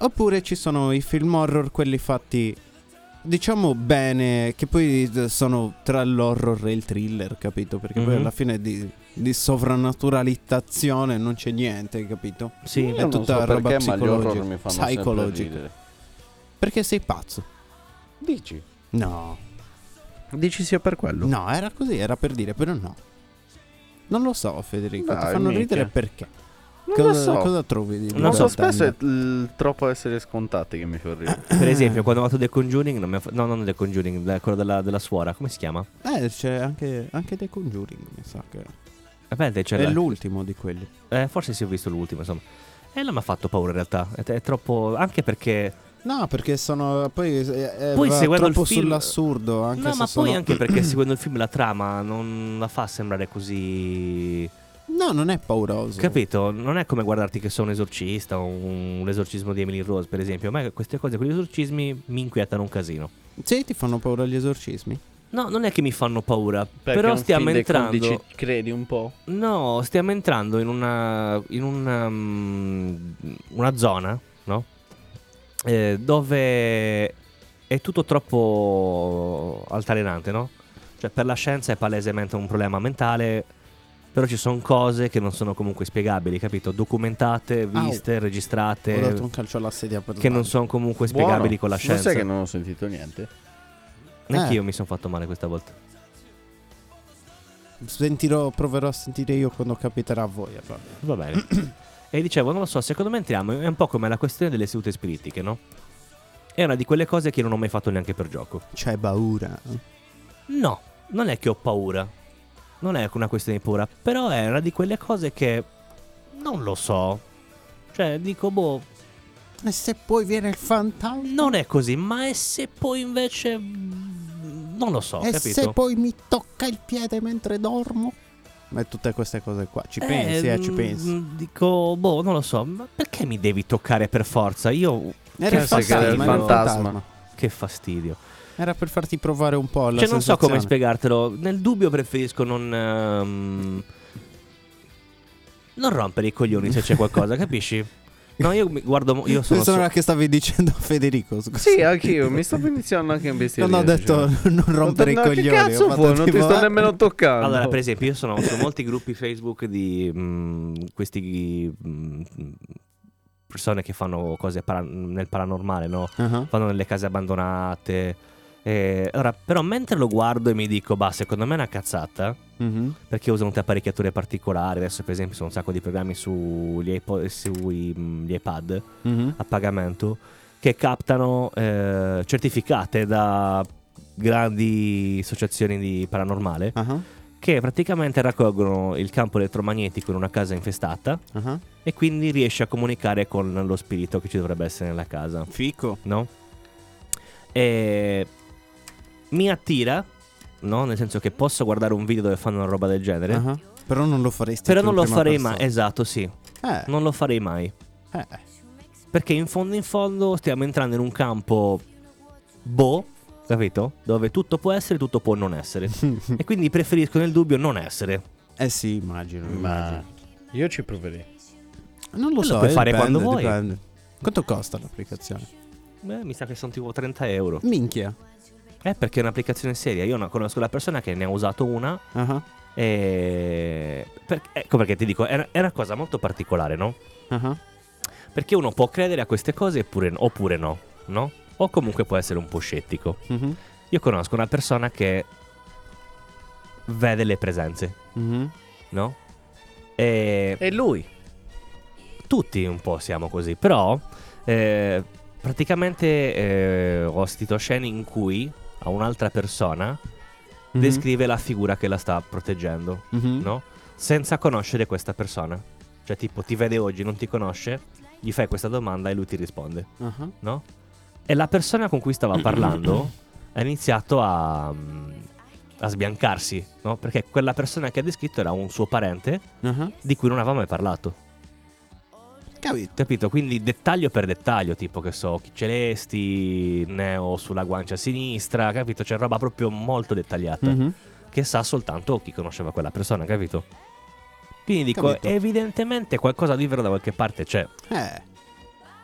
Oppure ci sono i film horror, quelli fatti, diciamo, bene, che poi sono tra l'horror e il thriller, capito? Perché poi Mhm. alla fine di, di sovrannaturalizzazione non c'è niente, capito? Sì, Io è non tutta so roba perché, ma gli horror psicologica, mi fanno sempre psicologica. ridere. Perché sei pazzo? Dici? No, Dici sia per quello? no, era così, era per dire, però no. Non lo so, Federico, ti Dai, fanno mica. ridere perché? Non cosa, lo so. cosa trovi di Non so, da spesso è attendere? il troppo essere scontati che mi fa ridere. Per esempio, quando ho fatto The Conjuring, non mi ha fa- no, non The Conjuring, da- quello della, della suora, come si chiama? Eh, c'è anche, anche The Conjuring, mi sa che Vabbè, c'è è la- l'ultimo di quelli. eh, forse sì, ho visto l'ultimo, insomma. E non mi ha fatto paura in realtà. È, è troppo. Anche perché. No, perché sono poi, eh, Poi va seguendo il troppo film- sull'assurdo, anche no, se ma sono... poi anche perché seguendo il film la trama non la fa sembrare così. No, non è pauroso. Capito? Non è come guardarti che sono un esorcista o un, un esorcismo di Emily Rose, per esempio. A me queste cose con gli esorcismi mi inquietano un casino. Sì, ti fanno paura gli esorcismi? No, non è che mi fanno paura. Perché però un stiamo film dei entrando. condici credi un po'? No, stiamo entrando in una. in una. mm, una zona, no? Eh, dove è tutto troppo altalenante, no? Cioè, per la scienza è palesemente un problema mentale. Però ci sono cose che non sono comunque spiegabili, capito? Documentate, viste, Ho registrate. dato un calcio alla sedia per Che non sbaglio. sono comunque spiegabili Buono. con la Non scienza. sai che non ho sentito niente? Neanche Eh. io mi sono fatto male questa volta. Sentirò, proverò a sentire io quando capiterà a voi. allora. Va bene. E dicevo, non lo so, secondo me entriamo. È un po' come la questione delle sedute spiritiche, no? È una di quelle cose che non ho mai fatto neanche per gioco. C'hai paura? No, non è che ho paura. Non è una questione di paura. Però è una di quelle cose che non lo so. Cioè, dico, boh, E se poi viene il fantasma? non è così. Ma e se poi invece. mm, Non lo so, E capito? se poi mi tocca il piede mentre dormo? Ma tutte queste cose qua. Ci pensi, eh, ci mm, pensi. Dico, boh, non lo so. Ma perché mi devi toccare per forza? Io. Era il pensi che era il fantasma, era il fantasma? fantasma. Che fastidio. Era per farti provare un po' la Cioè, non so come sensazione. spiegartelo. Nel dubbio preferisco non. ehm, non rompere i coglioni se c'è qualcosa, capisci? No, io mi guardo. Io sono. Mi sembra so- che stavi dicendo a Federico. Scusa. Sì, anch'io. Mi stavo iniziando anche a imbestialire. Non ho detto diciamo. non rompere No, i coglioni. Che cazzo ho fatto vuoi? Non ti tipo, sto eh, nemmeno toccando. Allora, per esempio, io sono su molti gruppi Facebook di mm, questi mm, persone che fanno cose para- nel paranormale, no? uh-huh. Fanno nelle case abbandonate. E, allora, però mentre lo guardo e mi dico, bah, secondo me è una cazzata. Mhm. Perché usano tutte apparecchiature particolari. Adesso, per esempio, sono un sacco di programmi sugli iPod, sui mm, gli iPad Mhm. a pagamento che captano eh, certificate da grandi associazioni di paranormale Uh-huh. che praticamente raccolgono il campo elettromagnetico in una casa infestata Uh-huh. e quindi riesce a comunicare con lo spirito che ci dovrebbe essere nella casa, Fico. no? E mi attira, no? Nel senso che posso guardare un video dove fanno una roba del genere, Uh-huh. Però non lo faresti però tu non in lo prima farei persona. mai. Esatto, sì. Eh, Non lo farei mai. eh. Perché in fondo in fondo stiamo entrando in un campo boh, capito? Dove tutto può essere, tutto può non essere. E quindi preferisco nel dubbio non essere. Eh sì, immagino. Ma immagino. io ci proverei. Non lo Lo so, puoi eh, fare dipende, quando vuoi. dipende. Quanto costa l'applicazione? Beh, mi sa che sono tipo trenta euro. Minchia. Eh, perché è un'applicazione seria. Io no- conosco la persona che ne ha usato una. Uh-huh. E. per- ecco perché ti dico, è una, è una cosa molto particolare, no? Uh-huh. Perché uno può credere a queste cose eppure, oppure no, no? O comunque può essere un po' scettico. Mhm. Io conosco una persona che vede le presenze, Mhm. no? E E lui? tutti un po' siamo così, però eh, praticamente eh, ho assistito a scene in cui a un'altra persona Mhm. descrive la figura che la sta proteggendo, Mhm. no? Senza conoscere questa persona. Cioè tipo ti vede oggi, non ti conosce, gli fai questa domanda e lui ti risponde, Uh-huh. no? E la persona con cui stava parlando ha iniziato a, a sbiancarsi, no? Perché quella persona che ha descritto era un suo parente Uh-huh. di cui non aveva mai parlato. Capito. Capito? Quindi dettaglio per dettaglio, tipo che so, occhi celesti, neo sulla guancia sinistra, capito? C'è roba proprio molto dettagliata Mhm. che sa soltanto chi conosceva quella persona, capito? Quindi dico, Capito. evidentemente qualcosa di vero da qualche parte c'è. Eh.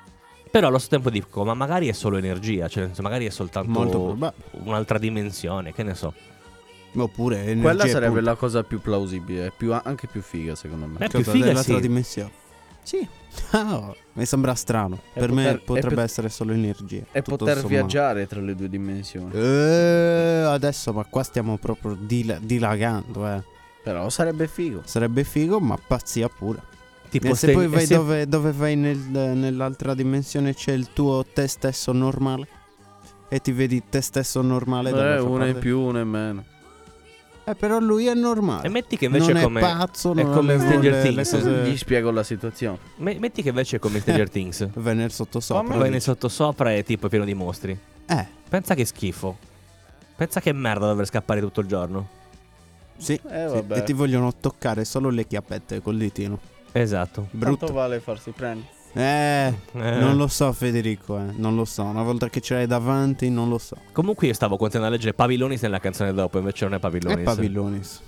Però allo stesso tempo dico, ma magari è solo energia, cioè nel senso, magari è soltanto Molto probabile. un'altra dimensione, che ne so. Oppure energia. Quella sarebbe punto. la cosa più plausibile, più, anche più figa secondo me. È più Cosa figa, dell'altra sì. dimensione. Sì. Ah, mi sembra strano. E per me poter- potrebbe e pot- essere solo energia. E tutto poter sommato. viaggiare tra le due dimensioni. Eh, adesso, ma qua stiamo proprio dil- dilagando, eh. Però sarebbe figo. Sarebbe figo, ma pazzia pure. Tipo E se ste- poi e vai se- dove, dove vai nel- nell'altra dimensione c'è il tuo te stesso normale e ti vedi te stesso normale Eh, dall'altra uno in parte. più, uno in meno. Eh, però lui è normale. E metti che invece non è come, è pazzo, è non come ha le- Stranger le- le Things. cose- Gli spiego la situazione. Me- metti che invece è come Stranger Things. Vai nel sottosopra. Vai nel sottosopra e tipo è pieno di mostri. Eh, Pensa che schifo. Pensa che merda dover scappare tutto il giorno. sì, Eh, sì. vabbè. E ti vogliono toccare solo le chiappette col ditino. Esatto. Brutto. Quanto vale farsi prendere? Eh, Eh. non lo so Federico, eh. Non lo so. Una volta che ce l'hai davanti, non lo so. Comunque io stavo continuando a leggere Pavillonis nella canzone dopo, invece non è Pavillonis. È Pavillonis.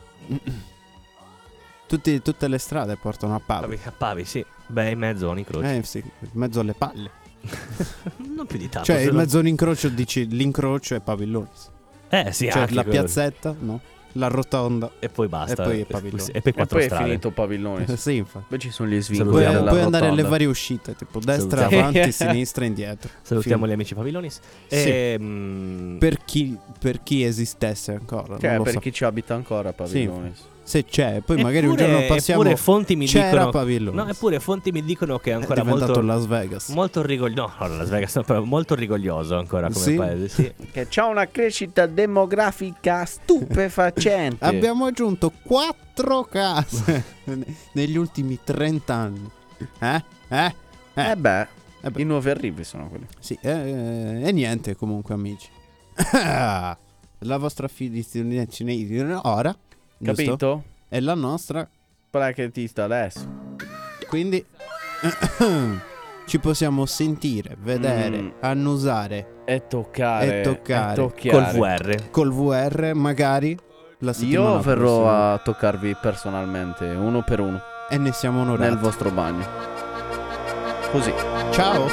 Tutti- tutte le strade portano a Pavi. Pavi, a Pavi, sì. Beh, in mezzo a un incrocio. Eh sì, in mezzo alle palle. Non più di tanto. Cioè, se in non- mezzo all'incrocio dici l'incrocio è Pavillonis. Eh sì, Cioè, anche la quello. piazzetta, no? La rotonda. E poi basta. E poi è Pavillonis. E poi E quattro poi è strade. finito Pavilloni. Eh, sì, infatti. Poi ci sono gli svincoli Puoi, Salutiamo. della puoi andare alle rotonda. varie uscite, tipo destra, Salutiamo. avanti, sinistra, indietro. Salutiamo Fine. gli amici Pavillonis. Sì. E, mm, Per chi, per chi esistesse ancora. Che non è lo per so. chi ci abita ancora a Pavilloni. Se c'è, poi magari un eppure- giorno passiamo. Eppure fonti mi C'era dicono. Pavillonis. No, eppure fonti mi dicono che è È ancora diventato molto. Las Vegas. Molto orgoglioso. No, no, Las Vegas, no, però molto orgoglioso ancora come Sì? paese. Sì. Che c'ha una crescita demografica stupefacente. Abbiamo aggiunto quattro case negli ultimi trenta anni. Eh? Eh? Eh? Eh beh, Eh beh. i nuovi arrivi sono quelli. Sì, eh, e niente comunque amici. La vostra fiducia ora, giusto? Capito? È la nostra, Quella che ti sta adesso. quindi ci possiamo sentire, vedere, Mm. annusare E toccare. E toccare. e toccare. Col V R. col V R magari la settimana Io verrò prossima. a toccarvi personalmente, uno per uno, E ne siamo onorati. nel vostro bagno. Così. Ciao.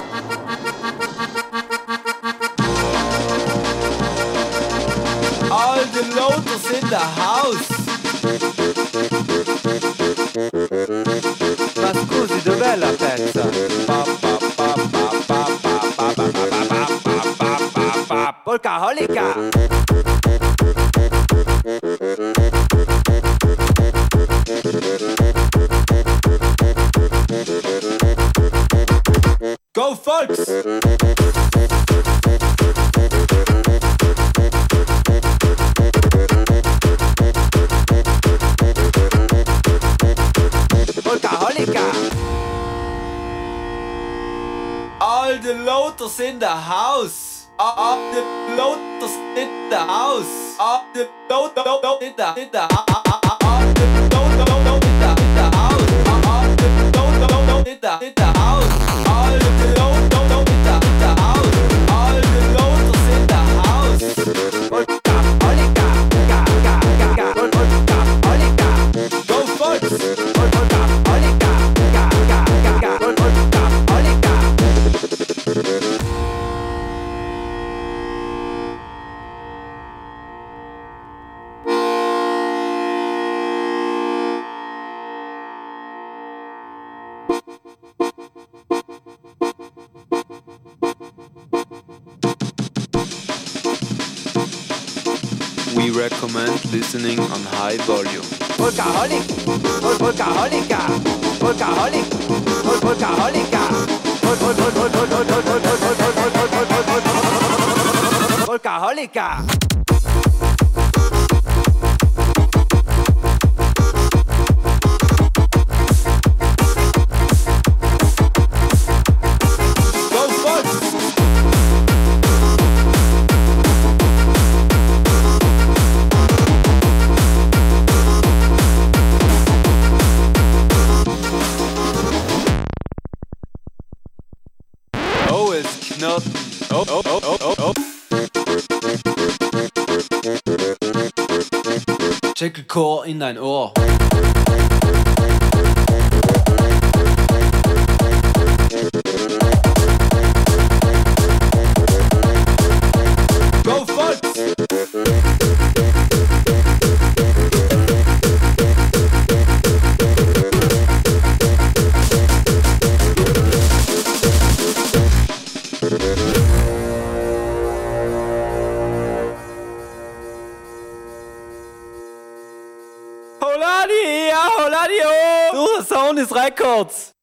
All the lotus in the house. Ma scusi, dov'è la pezza? Pa, pa, pa, pa, pa, pa, pa, pa, pa, pa, pa, pa, pa, pa. Polcaholica. Go Folks! Polcaholica! All the lotus in the house! All, all the lotus in the house! All the lotus in the in the all the lotus in the in the house! All the lotus in the in the house! All the lotus in the in the house! All the lotus in the house! Polcaholica! Ga ga ga ga! Polcaholica! Go Folks! Polcaholica! Ga ga ga ga! Polcaholica! We recommend listening on high volume. Polcaholic, Pol- Polcaholica, Polcaholic, Pol- Polcaholica, Pol- Pol- Pol- Pol- Pol- Pol- Pol- Pol- Pol- Pol- Pol- Pol- Pol- Pol- Pol- Polcaholica. Go Folks! Oh, es Knoten. Oh, oh, oh, oh, oh, oh. Check Chor in dein Ohr. Holadi, ja, Holadi, oh! Du, Sound ist Records!